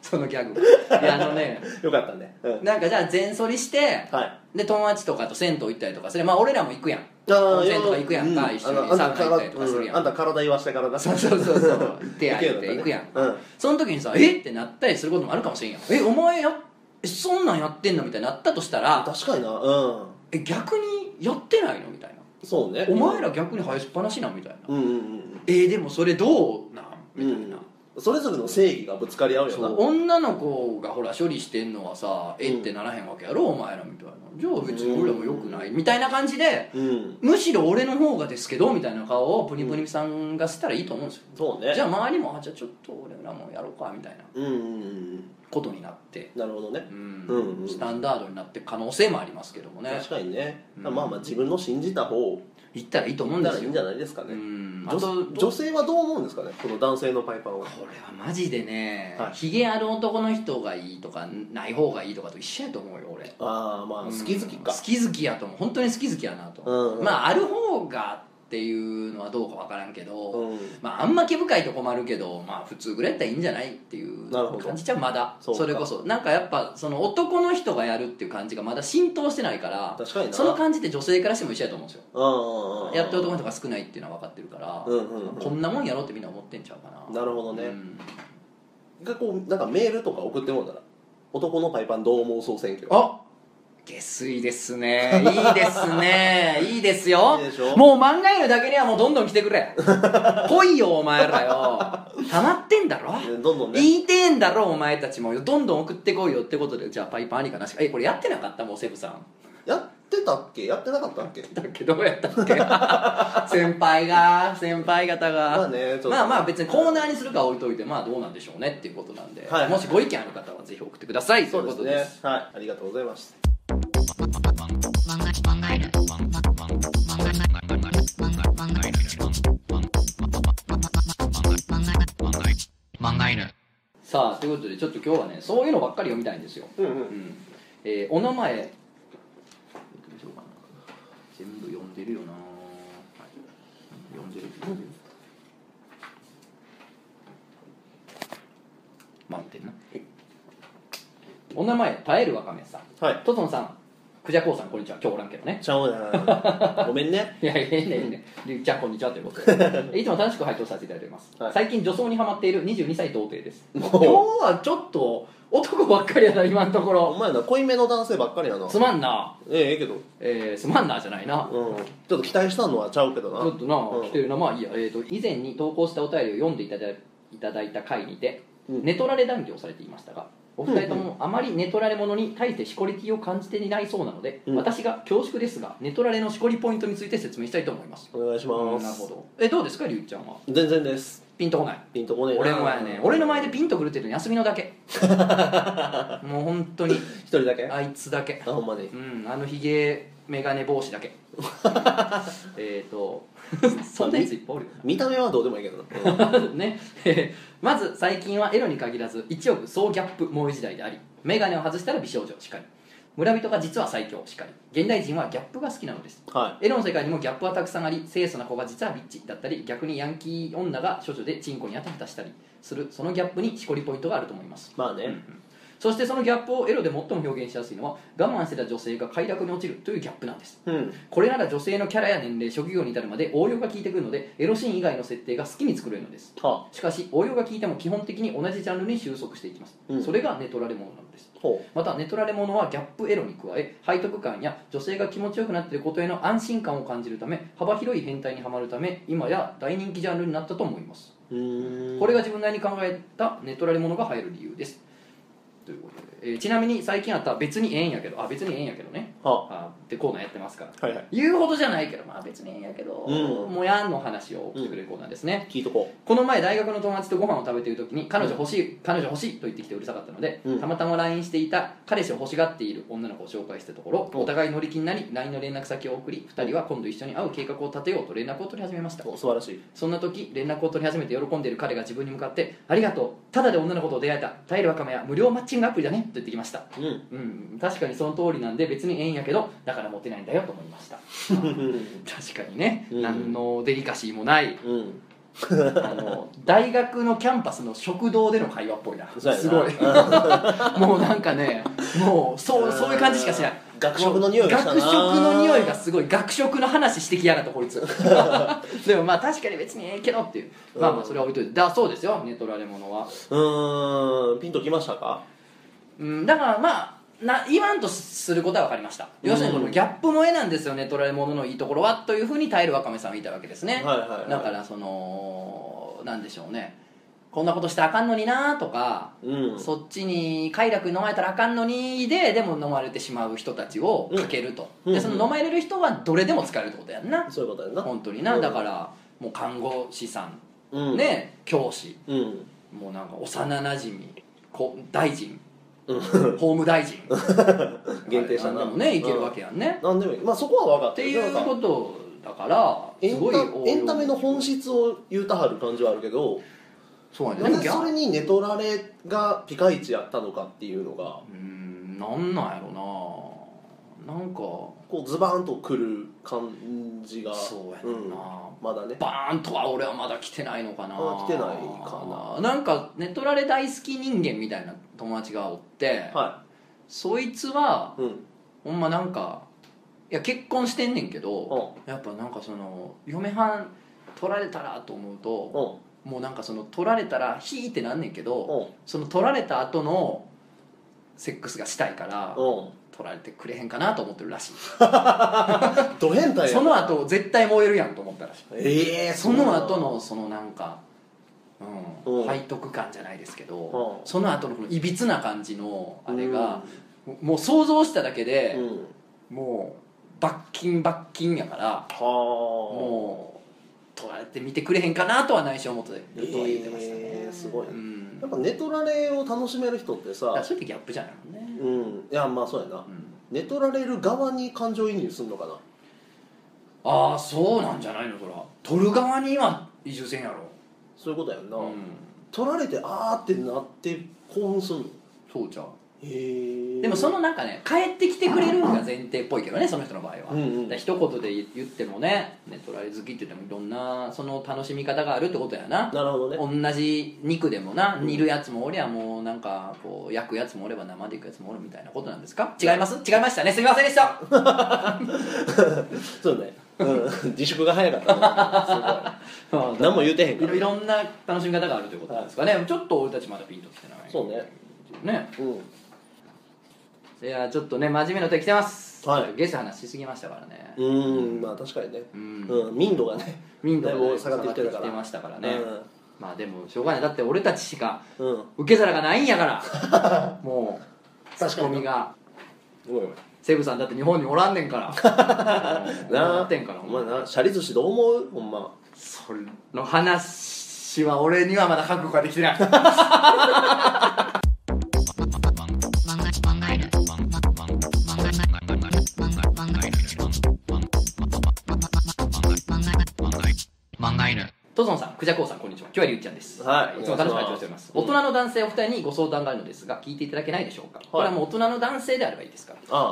そのギャグ。いやよかったね、 なんかじゃあ全剃りして、 はい、 で友達とかと銭湯行ったりとかする。まあ俺らも行くやん、 温泉とか行くやんか、一緒にサウナ行ったりとかするやん、 あんた体言わしてからだ。 そう手あげて行くやん、その時にさえってなったりすることもあるかもしれんやん。お前そんなんやってんのみたいになったとしたら、 確かにな、 逆にやってないのみたいな。 そうね、 お前ら逆に生やしっぱなしなんみたいな、でもそれどうなんみたいな、 それぞれの正義がぶつかり合うよな。 女の子がほら処理してんのはさってならへんわけやろ、お前らみたいな。じゃあ別に俺らもよくないみたいな感じで、むしろ俺の方がですけどみたいな顔をプニプニさんがしたらいいと思うんですよ。 そうね。 じゃあ周りもじゃあちょっと俺らもやろうかみたいなことになって、 なるほどね、 スタンダードになって可能性もありますけどもね。 確かにね、まあ自分の信じた方を言ったらいいと思うんですよ。 いいんじゃないですかね。 あと女性はどう思うんですかね、この男性のパイパンを。 これはマジでね、ヒゲある男の人がいいとかない方がいいとかと一緒やと思うよ俺。 まあ好き好きか、 好き好きやと思う。本当に好き好きやなと、まあある方がっていうのはどうかわからんけど、まああんま毛深いと困るけど、まあ普通ぐらいやったらいいんじゃないっていう感じちゃう。まだそれこそなんかやっぱその男の人がやるっていう感じがまだ浸透してないから、 確かにな、 その感じって女性からしても一緒やと思うんですよ。やってる男の人が少ないっていうのは分かってるから、こんなもんやろってみんな思ってんちゃうかな。 なるほどね、こうなんかメールとか送ってもらったら、男のパイパンどう思う総選挙。 下水ですね。いいですね。いいですよ。 いいでしょ。 もう漫画犬だけにはもうどんどん来てくれ。来いよお前らよ。溜まってんだろ。 どんどんね。 言いてえんだろお前たちも。どんどん送ってこいよってことで、じゃあパイパンありかなしか。これやってなかったもうセブさん。 やってたっけ、やってなかったっけ。 だっけ、どうやったっけ。先輩方が。 まあね、 まあ別にコーナーにするか置いといて、まあどうなんでしょうねっていうことなんで、もしご意見ある方はぜひ送ってください。 そうですね。はい、ありがとうございます。さあということでちょっと今日はねそういうのばっかり読みたいんですよ。お名前全部読んでるよな、読んでる待ってんな。お名前耐えるわかめさん、トトンさん、クジャコウさん、こんにちは。今日おらんけどね。 ちゃうな。ごめんね。 いやいいね。りゅうちゃんこんにちはということで。いつも楽しく拝聴させていただいております。最近女装にハマっている22歳童貞です。今日はちょっと男ばっかりやな今のところ。 お前な濃いめの男性ばっかりやな。 すまんな。 ええけど。 すまんなじゃないな。 ちょっと期待したのはちゃうけどな。 ちょっとな来てるな。まあいいや。以前に投稿したお便りを読んでいただいた回にて寝取られ談義をされていましたが。お二人ともあまり寝取られ者に対してしこり気を感じていないそうなので、私が恐縮ですが寝取られのしこりポイントについて説明したいと思います。 お願いします。 なるほど。どうですかりゅうちゃんは。 全然です。 ピンとこない。 ピンとこねえな。 俺もやね。俺の前でピンとくるって言うの休みのだけ。もう本当に一人だけ。 あいつだけ。 ほんまに。 あのひげメガネ帽子だけ。そんなやついっぱいおるよな。 見た目はどうでもいいけどな。 ね。まず最近はエロに限らず一億総ギャップ萌え時代であり、メガネを外したら美少女しかり、村人が実は最強しかり、現代人はギャップが好きなのです。エロの世界にもギャップはたくさんあり、清楚な子が実はビッチだったり、逆にヤンキー女が処女でチンコにあたふたしたりする、そのギャップにしこりポイントがあると思います。 まあね。 そしてそのギャップをエロで最も表現しやすいのは我慢してた女性が快楽に落ちるというギャップなんです、これなら女性のキャラや年齢職業に至るまで応用が効いてくるのでエロシーン以外の設定が好きに作れるのです、しかし応用が効いても基本的に同じジャンルに収束していきます、それが寝取られ物なのです。また寝取られ物はギャップエロに加え背徳感や女性が気持ちよくなっていることへの安心感を感じるため幅広い変態にはまるため今や大人気ジャンルになったと思います。これが自分なりに考えた寝取られ物が流行る理由ですということで、ちなみに最近あった別にええんやけど別にええんやけどねってコーナーやってますから、言うほどじゃないけど別にええんやけど、もやんの話を送ってくれるコーナーですね。 聞いとこう。 この前大学の友達とご飯を食べている時に彼女欲しいと言ってきてうるさかったので、たまたま LINE していた彼氏を欲しがっている女の子を紹介したところ、お互い乗り気になり LINE の連絡先を送り、2人は今度一緒に会う計画を立てようと連絡を取り始めました。 素晴らしい。 そんな時連絡を取り始めて喜んでいる彼が自分に向かって「ありがとう、ただで女の子と出会えた、耐えるわかめは無料マッチングアプリだね」と言ってきました。確かにその通りなんで別にええんやけどだからモテないんだよと思いました。確かにね、何のデリカシーもない、 大学のキャンパスの食堂での会話っぽいな。 そうやなすごいもうなんかね、もうそういう感じしかしない。 学食の匂いがしたな。 学食の匂いがすごい。学食の話してきやがったこいつでもまあ確かに別にええけどっていう、まあまあそれは置いといて、そうですよ、寝取られ者は。 ピンときましたか？ だからまあ言わんとすることは分かりました。要するにこのギャップ萌えなんですよね、取られ物のいいところはというふうに耐えるわかめさんは言いたわけですね。 はいはいはい、 だからなんでしょうね、こんなことしたらあかんのになとか、そっちに快楽に飲まれたらあかんのにでも飲まれてしまう人たちをかけると、でその飲まれる人はどれでも使えるってことやんな。 そういうことやんな本当にな、だからもう看護師さん、ね、教師、もうなんか幼なじみ、大臣、法務大臣限定したな。 何でもねいけるわけやんね。 何でもいい、まあそこは分かっっていうことだからすごいエンタメの本質を言うたはる感じはあるけど、 そうやね。 なんでそれに寝取られがピカイチやったのかっていうのが、 なんなんやろな、なんかこうズバーンとくる感じが。 そうやねんな、 まだねバーンとは俺はまだ来てないのかな。 来てないかな。 なんか寝取られ大好き人間みたいな友達がおって、そいつは、ほんまなんかいや結婚してんねんけど、やっぱなんかその嫁はん取られたらと思うと、もうなんかその取られたらヒーってなんねんけど、その取られた後のセックスがしたいから取られてくれへんかなと思ってるらしいド変態や。 その後絶対燃えるやんと思ったらしい。そのの後のそのなんか、背徳感じゃないですけど、その後のこのいびつな感じのあれが、もう想像しただけで、もう罰金やから、もう取られてみてくれへんかなとは内心思ってるとは言ってましたね。 すごい、やっぱ寝取られを楽しめる人ってさ、 それってギャップじゃないもんね。 いやまあそうやな、寝取られる側に感情移入するのかな。 ああそうなんじゃないの。そら取る側には移住せんやろ。 そういうことやんな、取られてあーってなって興奮するの。 そうちゃう。 へえ。 でもそのなんかね、帰ってきてくれるのが前提っぽいけどね、その人の場合は。だ一言で言ってもね、取られ好きって言ってもいろんなその楽しみ方があるってことやな。 なるほどね。 同じ肉でもな、煮るやつもおりゃ、もうなんかこう焼くやつもおれば生でいくやつもおるみたいなことなんですか。違います？違いましたね、すみませんでしたそうね、自粛が早かったね。すごい何も言うてへんから。 いろんな楽しみ方があるということなんですかね。ちょっと俺たちまだピンときてない。 そうね。 ね。いやちょっとね真面目な手来てます。ゲス話しすぎましたからね。 まあ確かにね。民度がね、 民度がね下がってきてるから。 ましたからね。まあでもしょうがない。だって俺たちしか受け皿がないんやからもうツッコミが。セブさんだって日本におらんねんからなってんから。 お前な、シャリ寿司どう思う？ほんまそれの話は俺にはまだ覚悟ができてないトゾンさん、クジャコウさん、こんにちは。今日はりゅうちゃんです。いつも楽しく拝聴しております。大人の男性お二人にご相談があるのですが、聞いていただけないでしょうか。これはもう大人の男性であればいいですから。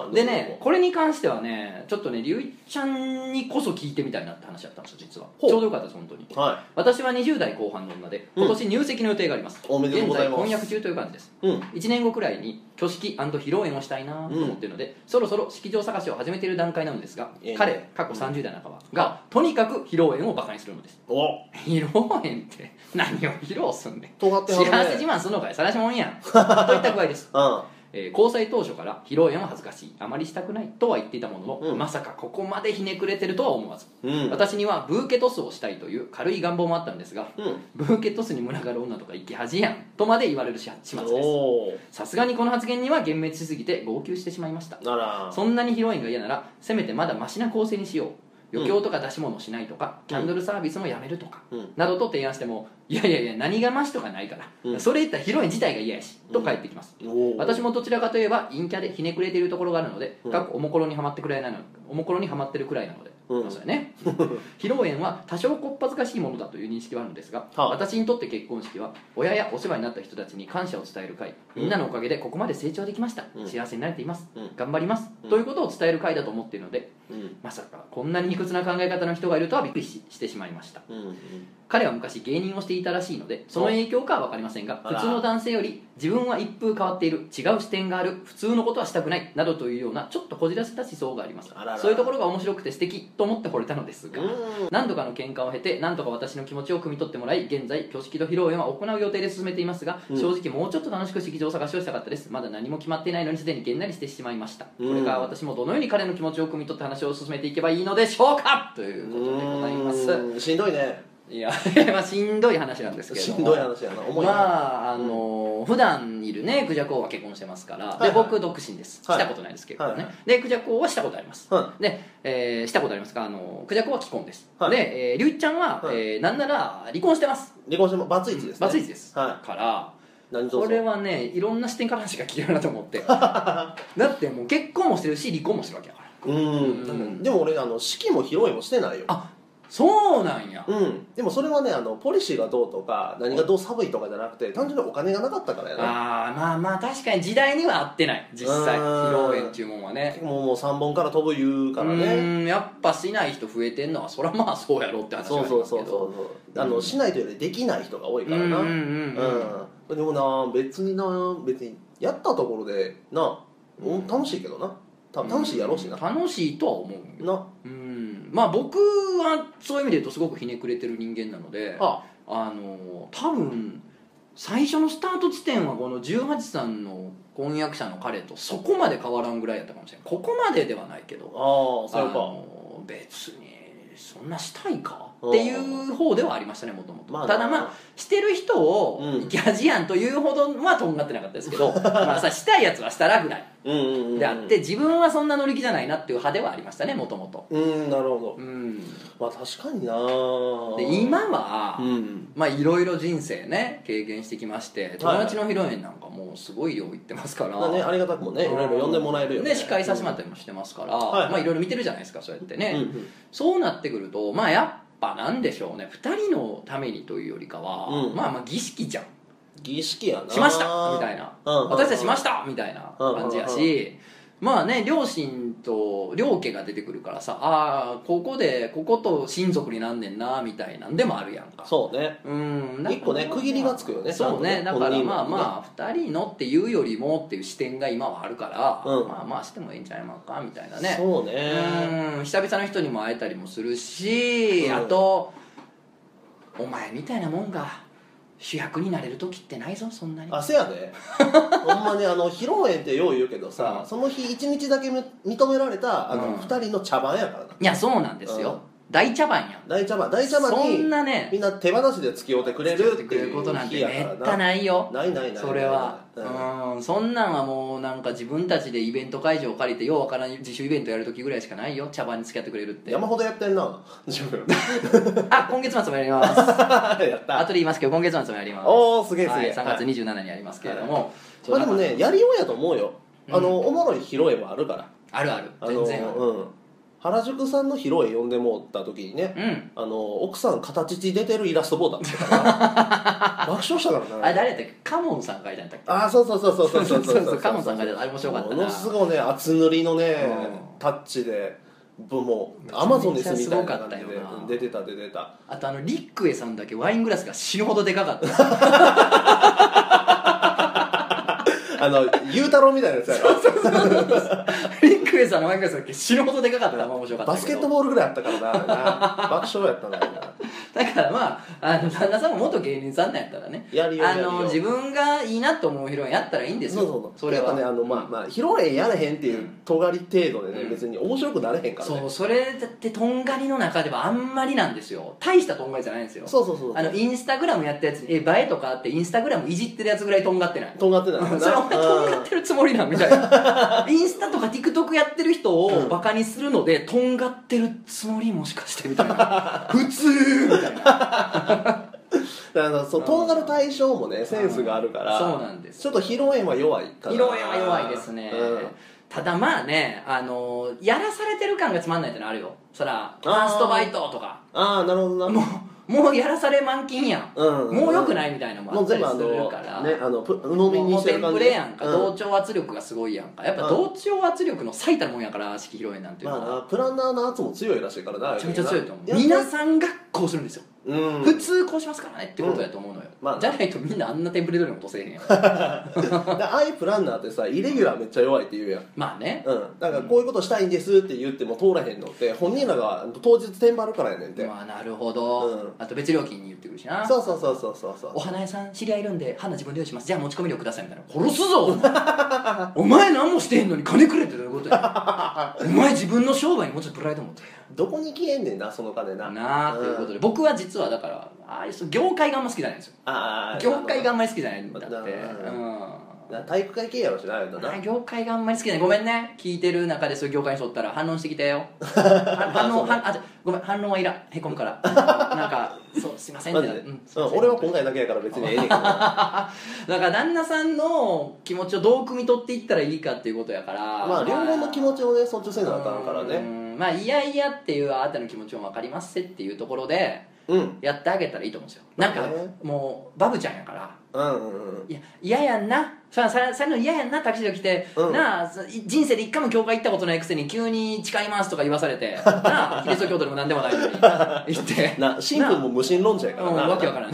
でね、これに関してはね、ちょっとね、りゅうちゃんにこそ聞いてみたいなって話だったんですよ、実は。ちょうどよかったです、本当に。私は20代後半の女で、今年入籍の予定があります。 おめでとうございます。 現在婚約中という感じです。1年後くらいに挙式&披露宴をしたいなと思っているので、そろそろ式場探しを始めている段階なのですが、彼、過去30代半ばが、とにかく披露宴をバカにするのです。披露宴って何を披露すんねん。幸せ自慢するのかい、さらしもんやんといった具合です。交際当初から披露宴は恥ずかしい、あまりしたくないとは言っていたものの、まさかここまでひねくれてるとは思わず、私にはブーケトスをしたいという軽い願望もあったんですが、ブーケトスに群がる女とか生き恥やんとまで言われる始末です。さすがにこの発言には幻滅しすぎて号泣してしまいました。そんなに披露宴が嫌ならせめてまだマシな構成にしよう、余興とか出し物をしないとか、キャンドルサービスもやめるとか、などと提案しても、いやいやいや何がマシとかないから、それ言ったら披露宴自体が嫌やし、と返ってきます。私もどちらかといえば陰キャでひねくれているところがあるので、おもころにはまってるくらいなので、そうやね披露宴は多少こっぱずかしいものだという認識はあるのですが、私にとって結婚式は親やお世話になった人たちに感謝を伝える会、みんなのおかげでここまで成長できました、幸せになれています、頑張ります、ということを伝える会だと思っているので、まさかこんなに卑屈な考え方の人がいるとはびっくりしてしまいました。 彼は昔芸人をしていたらしいのでその影響かは分かりませんが、普通の男性より自分は一風変わっている、違う視点がある、普通のことはしたくないなどというようなちょっとこじらせた思想があります。そういうところが面白くて素敵と思って惚れたのですが、何度かの喧嘩を経て何とか私の気持ちを汲み取ってもらい、現在挙式と披露宴は行う予定で進めていますが、正直もうちょっと楽しく式場探しをしたかったです。まだ何も決まっていないのにすでにげんなりしてしまいました。これから私もどのように彼の気持ちを汲み取って話を進めていけばいいのでしょうか、ということでございます。 しんどいね。 いやまあしんどい話なんですけども、 しんどい話やな、重いな。 まあ普段いるねクジャコウは結婚してますから、で僕独身です、したことないですけどね、でクジャコウはしたことあります、で、したことありますがクジャコウは既婚です、でりゅうちゃんはなんなら離婚してます。 離婚してもバツイチですね。 バツイチです、からこれはねいろんな視点から話が聞けるなと思ってだってもう結婚もしてるし離婚もしてるわけだから。 でも俺式も披露宴もしてないよ。 あ、そうなんや。 でもそれはねポリシーがどうとか何がどう寒いとかじゃなくて、単純にお金がなかったからやな。 まあまあ確かに時代には合ってない、実際披露宴っていうもんはね。 もう3本から飛ぶ言うからね。 やっぱしない人増えてんのはそりゃまあそうやろって話なんですけど、 しないというよりできない人が多いからな。でもな別にやったところでな楽しいけどな、楽しいやろうしな。 楽しいとは思うよな。まあ僕はそういう意味で言うとすごくひねくれてる人間なので、多分最初のスタート地点はこの18さんの婚約者の彼とそこまで変わらんぐらいやったかもしれない。ここまでではないけど、 そうか、 別にそんなしたいかっていう方ではありましたね、もともと。ただまあしてる人を生き恥やんというほどはとんがってなかったですけどまあさ、したいやつはしたらぐらいであって、自分はそんな乗り気じゃないなっていう派ではありましたね、もともと。 なるほど。まあ確かにな。 で今はまあいろいろ人生ね経験してきまして、友達の披露宴なんかもうすごいよ行ってますから、 ありがたくもねいろいろ呼んでもらえるよね。 司会させてもらったりもしてますから、まあいろいろ見てるじゃないですか、そうやってね。そうなってくるとまあやっぱなんでしょうね、2人のためにというよりかは、まあまあ儀式じゃん、 儀式やな、 しましたみたいな、私たちしましたみたいな感じやし、まあね両親と両家が出てくるからさ、ここと親族になんねんなみたいなんでもあるやんか。 そうね、一個ね区切りがつくよね。 そうね、だからまあまあ2人のっていうよりもっていう視点が今はあるから、まあまあしてもいいんじゃないかみたいなね。 そうね、 久々の人にも会えたりもするし、あとお前みたいなもんが主役になれる時ってないぞ、そんなに。 せやでほんまに披露宴ってよう言うけどさ、その日1日だけ認められた2人の茶番やからな。 いやそうなんですよ、大茶番やん。 大茶番にそんなねみんな手放しで付き合うてくれるっていうことなんてめったないよ。 ないそれはそんなんはもうなんか自分たちでイベント会場を借りてようわからん自主イベントやる時ぐらいしかないよ、茶番に付き合ってくれるって。 山ほどやってんな自分今月末もやりますやった後で言いますけど今月末もやります。 すげえすげえ、 3月27日にやりますけれども、 まあでもねやりようやと思うよ。おもろい披露宴もあるから。 ある全然ある。 原宿さんの披露宴呼んでもった時にね、奥さん形出てるイラストボードあったから爆笑したからな。 誰やったっけ、カモンさん書いてあったっけ。 そうカモンさん書いてあった、あれ面白かったな。 ものすごいね厚塗りのねタッチでもうアマゾンですみたいな感じで出てた。 あとリックエさんだけワイングラスが死ぬほどでかかったゆうたろうみたいなやつやろ。 リックエさんのワイングラスだけ死ぬほどでかかったら面白かったけど、 バスケットボールぐらいあったからな爆笑やったな。 だからまあ旦那さんも元芸人さんなんやったらね、自分がいいなと思う披露宴やったらいいんですよ。 それはねまあ披露宴やれへんっていう尖り程度でね別に面白くなれへんからね。 それだってとんがりの中ではあんまりなんですよ。大したとんがりじゃないんですよ。インスタグラムやったやつ映えとかあってインスタグラムいじってるやつぐらいとんがってない。 とんがってないそれお前とんがってるつもりなんみたいなインスタとか TikTok やってる人をバカにするのでとんがってるつもりもしかしてみたいな普通みたいなとんがる対象もねセンスがあるから、 そうなんです。 ちょっと披露宴は弱いから。 披露宴は弱いですね。ただまあねやらされてる感がつまんないってのあるよ。そらファーストバイトとかなるほどな。 もうやらされ満金やん、もうよくないみたいなのもあったりするからね、 鵜呑みにしてる感じ。 もうテンプレやんか、同調圧力がすごいやんか。やっぱ同調圧力の最たるもんやから式披露宴なんていうのは、 プランナーの圧も強いらしいからな。 めちゃめちゃ強いと思う。皆さんがこうするんですよ。 普通こうしますからねってことやと思うのよ、 まあ、 じゃないとみんなあんなテンプレ通りのことせえへんやんああいうプランナーってさイレギュラーめっちゃ弱いって言うやん。 まあね、 だからこういうことしたいんですって言っても通らへんのって本人らが当日テンパるからやねんて。 まあなるほど、あと別料金に言ってくるしな。 そうお花屋さん知り合いいるんで花自分で用意します、じゃあ持ち込み料くださいみたいな。殺すぞお前何もしてへんのに金くれってどういうことやお前自分の商売にもうちょっとプライド持ってどこに消えんねんなその金な。 なあということで、僕は実はだからああいう業界があんま好きじゃないんですよ。業界があんまり好きじゃないんだって。 体育会系やろしな業界があんまり好きじゃない。ごめんね、聞いてる中でそういう業界に沿ったら反論してきてよごめん、反論はいらん、へこむからなんかそうすいませんって俺は今回だけやから別にええねんけどだから旦那さんの気持ちをどう汲み取っていったらいいかっていうことやから、 まあ両方の気持ちをね尊重せなあかんからね。 まあいやいやっていうあなたの気持ちも分かりますせっていうところでやってあげたらいいと思うんですよ。なんかもうバブちゃんやからいや嫌やんなされるの嫌やんな、タキシード着て、なあ人生で一回も教会行ったことないくせに急に誓いますとか言わされてなあキリスト教徒でも何でもないのに言ってな神父も無神論者やからな、 わけわからん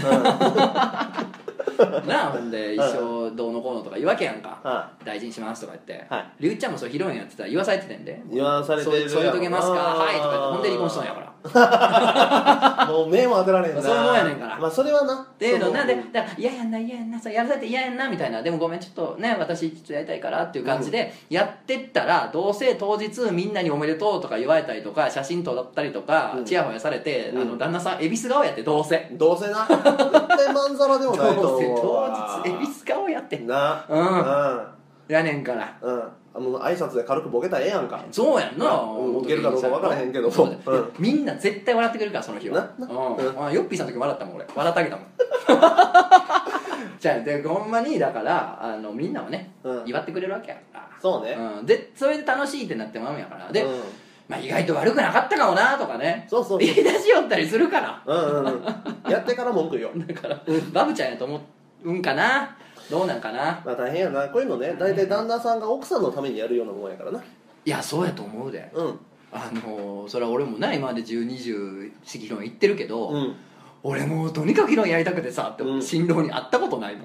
なあほんで一生どうのこうのとか言うわけやんか、大事にしますとか言って、りゅうちゃんもそうヒロインやってたら言わされててんで、 言わされてるそういうとけますかはいとか言って、ほんで離婚しそうやからもう目も当てられんな、 そういうもんやねんから。 まあそれはなっていうのなんでだから嫌やんなさやらされて嫌やんなみたいな、でもごめんちょっとね私ちょっとやりたいからっていう感じでやってったら、どうせ当日みんなにおめでとうとか言われたりとか写真撮ったりとかチヤホヤされて、旦那さん恵比寿顔やって、どうせな絶対まんざらでもないと思う当日恵比寿顔やってなやねんから、 挨拶で軽くボケたらええやんか。 そうやんな、 ボケるかどうか分からへんけどみんな絶対笑ってくれるからその日はヨッピーさんの時笑ったもん、俺笑ってあげたもんじゃあでほんまにだからみんなはね祝ってくれるわけやから、 そうね、 でそれで楽しいってなってまうんやからで、まあ意外と悪くなかったかもなとかね、言い出しよったりするからやってから文句言おうだからバブちゃんやと思うんかな、どうなんかな。 まあ大変やな、こういうのね大体旦那さんが奥さんのためにやるようなもんやからな。 いやそうやと思うで、それは俺もな今まで10、20ヒロイン行ってるけど、俺もうとにかくヒロインやりたくてさって新郎に会ったことないもん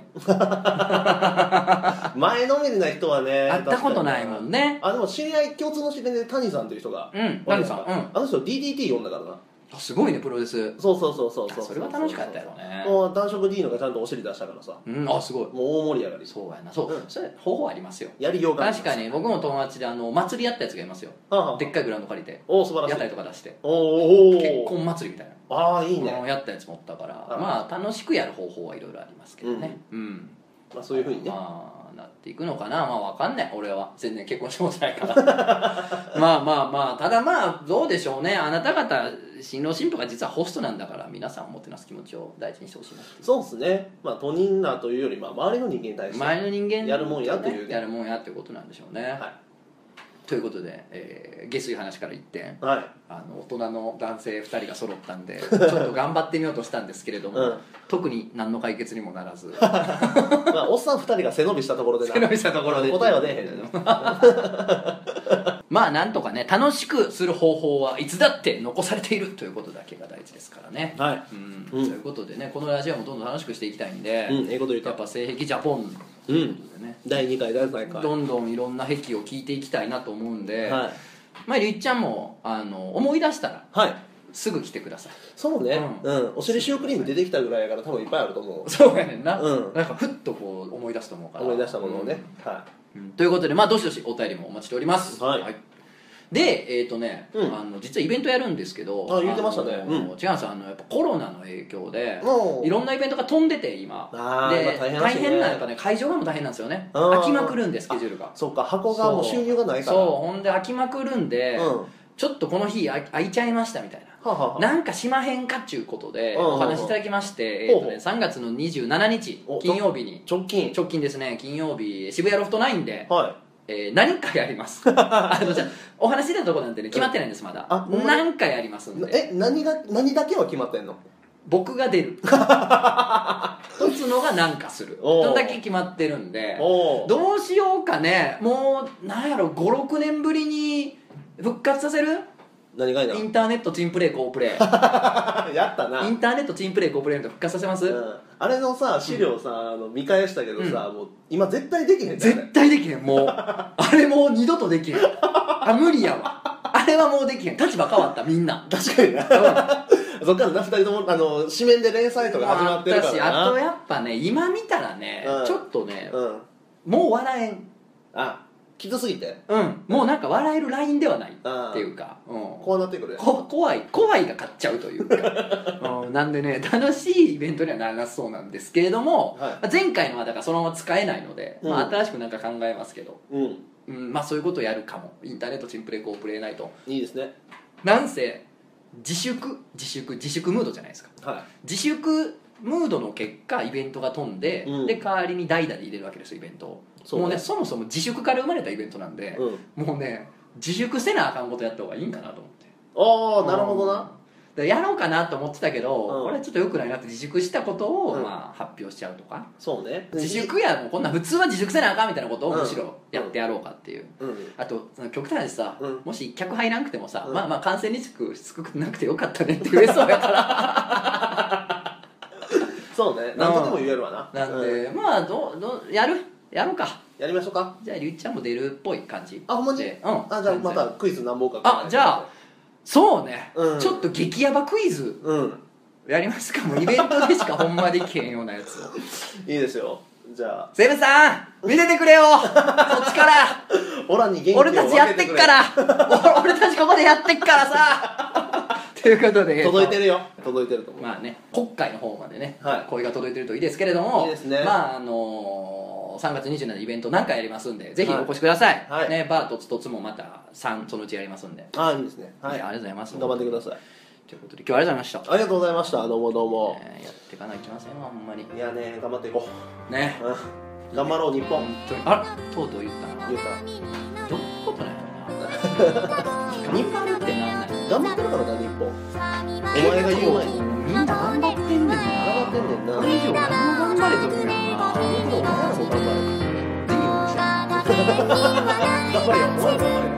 前のめりな人はね会ったことないもんね。 でも共通の知り合いで谷さんという人が、 谷さん、 あの人 DDT 呼んだからな。 すごいねプロレス。 そうそれは楽しかったよね。 もう男色 D のがちゃんとお尻出したからさ、 すごい、 もう大盛り上がり。 そうやな、それ方法ありますよ、 やりようが。 確かに僕も友達で祭りやったやつがいますよ、でっかいグラウンド借りて素晴らしい屋台とか出して結婚祭りみたいな、いいね、 やったやつもおったから、まあ楽しくやる方法はいろいろありますけどね、 まあそういうふうにねなっていくのかな。まあ分かんない、俺は全然結婚してもないからまあただまあどうでしょうね、あなた方新郎新婦が実はホストなんだから、皆さんおもてなす気持ちを大事にしてほしいなっていう。 そうですね、まあ他人らというより、周りの人間に対して周りの人間やるもんやという、 やるもんやということなんでしょうね、ということで、下水話から一点、大人の男性2人が揃ったんでちょっと頑張ってみようとしたんですけれども、特に何の解決にもならずおっさん2人が背伸びしたところで背伸びしたところで答えは出へんまあなんとかね楽しくする方法はいつだって残されているということだけが大事ですからね。ということでね、このラジオもどんどん楽しくしていきたいんで、 英語で言うとやっぱ性癖ジャポンということでね、 第2回第3回どんどんいろんな癖を聞いていきたいなと思うんで、まありっちゃんも思い出したらすぐ来てください。 そうね、お尻シュークリーム出てきたぐらいやから多分いっぱいあると思う。 そうやねんな、なんかふっとこう思い出すと思うから、 思い出したものをね、 ということで、まあどしどしお便りもお待ちしております。で実はイベントやるんですけど、 言ってましたね。 違うんですよ、やっぱコロナの影響でいろんなイベントが飛んでて今で大変なやっぱね、会場がもう大変なんですよね。空きまくるんでスケジュールが。 そうか、箱がもう収入がないから。 そうほんで空きまくるんで、ちょっとこの日空いちゃいましたみたいな、なんかしまへんかっちゅうことでお話いただきまして、3月の27日金曜日に、直近ですね、金曜日渋谷ロフト9で何かやりますじゃあお話してたとこなんてね決まってないんですまだ。何かやりますんで。 何だけは決まってんの？ 僕が出る一つのが何かするどんだけ決まってるんで、どうしようかね。もうなんやろ、56年ぶりに復活させる何がいいな。 インターネットチンプレイ好プレイやったな。 インターネットチンプレイ好プレイの復活させます、 あれのさ資料さ、見返したけどさ、もう今絶対できへんねん。 絶対できへんもうあれもう二度とできへん無理やわあれはもうできへん。立場変わったみんな。 確かにな、そっからな2人とも紙面で連載とか始まってるからな。 あとやっぱね今見たらね、ちょっとね、もう笑えん。 きつすぎて、 もうなんか笑えるラインではないっていうか、 こうなってくる。 怖いが勝っちゃうというかなんでね楽しいイベントにはならなそうなんですけれども、前回のはだからそのまま使えないので、新しくなんか考えますけど、まあそういうことをやるかも。インターネットチンプレイコープレイナイトいいですね。 なんせ自粛ムードじゃないですか、自粛ムードの結果イベントが飛んで、で代わりに代打で入れるわけですよイベントを。もうねそもそも自粛から生まれたイベントなんで、もうね自粛せなあかんことやった方がいいんかなと思って。 なるほどな。 やろうかなと思ってたけど、これちょっとよくないなって、自粛したことをまあ発表しちゃうとか、 そうね、 自粛やもうこんな普通は自粛せなあかんみたいなことをむしろやってやろうかっていう、あとその極端にさ、もし客入らなくてもさ、まあ感染リスク少なくてよかったねって言えそうやからそうね、何とでも言えるわな。 なんでまあやろうか。 やりましょうか。 じゃありゅうちゃんも出るっぽい感じ。 ほんまに。じゃあまたクイズ何本か。 じゃあそうね、ちょっと激ヤバクイズやりますか。もうイベントでしかほんまできへんようなやつをいいですよ。じゃあセブさん見ててくれよそっちから俺たちやってっから俺たちここでやってっからさということで届いてるよ。届いてると思う。 まあね国会の方までね、声が届いてるといいですけれども、 いいですね。 まあ3月27日イベント何回やりますんで、ぜひお越しください。ね、バーとつとつもまた3そのうちやりますんで。 いいですね。 ありがとうございます。 頑張ってください。 ということで今日はありがとうございました。 ありがとうございました。どうもどうも。 やっていかないといけませんわほんまに。 いやね、頑張っていこうね。 頑張ろう日本。 とうとう言ったな。 言ったどういうことなんやろな。頑張るってなんない。 頑張ってるからな日本。お前が言う前にみんな頑張ってんねんな。 頑張ってんねんな。 これ以上何も頑張れとるんやろな。 お前らも頑張れ。 ぜひお願いします。 頑張れよ。お前頑張れよ。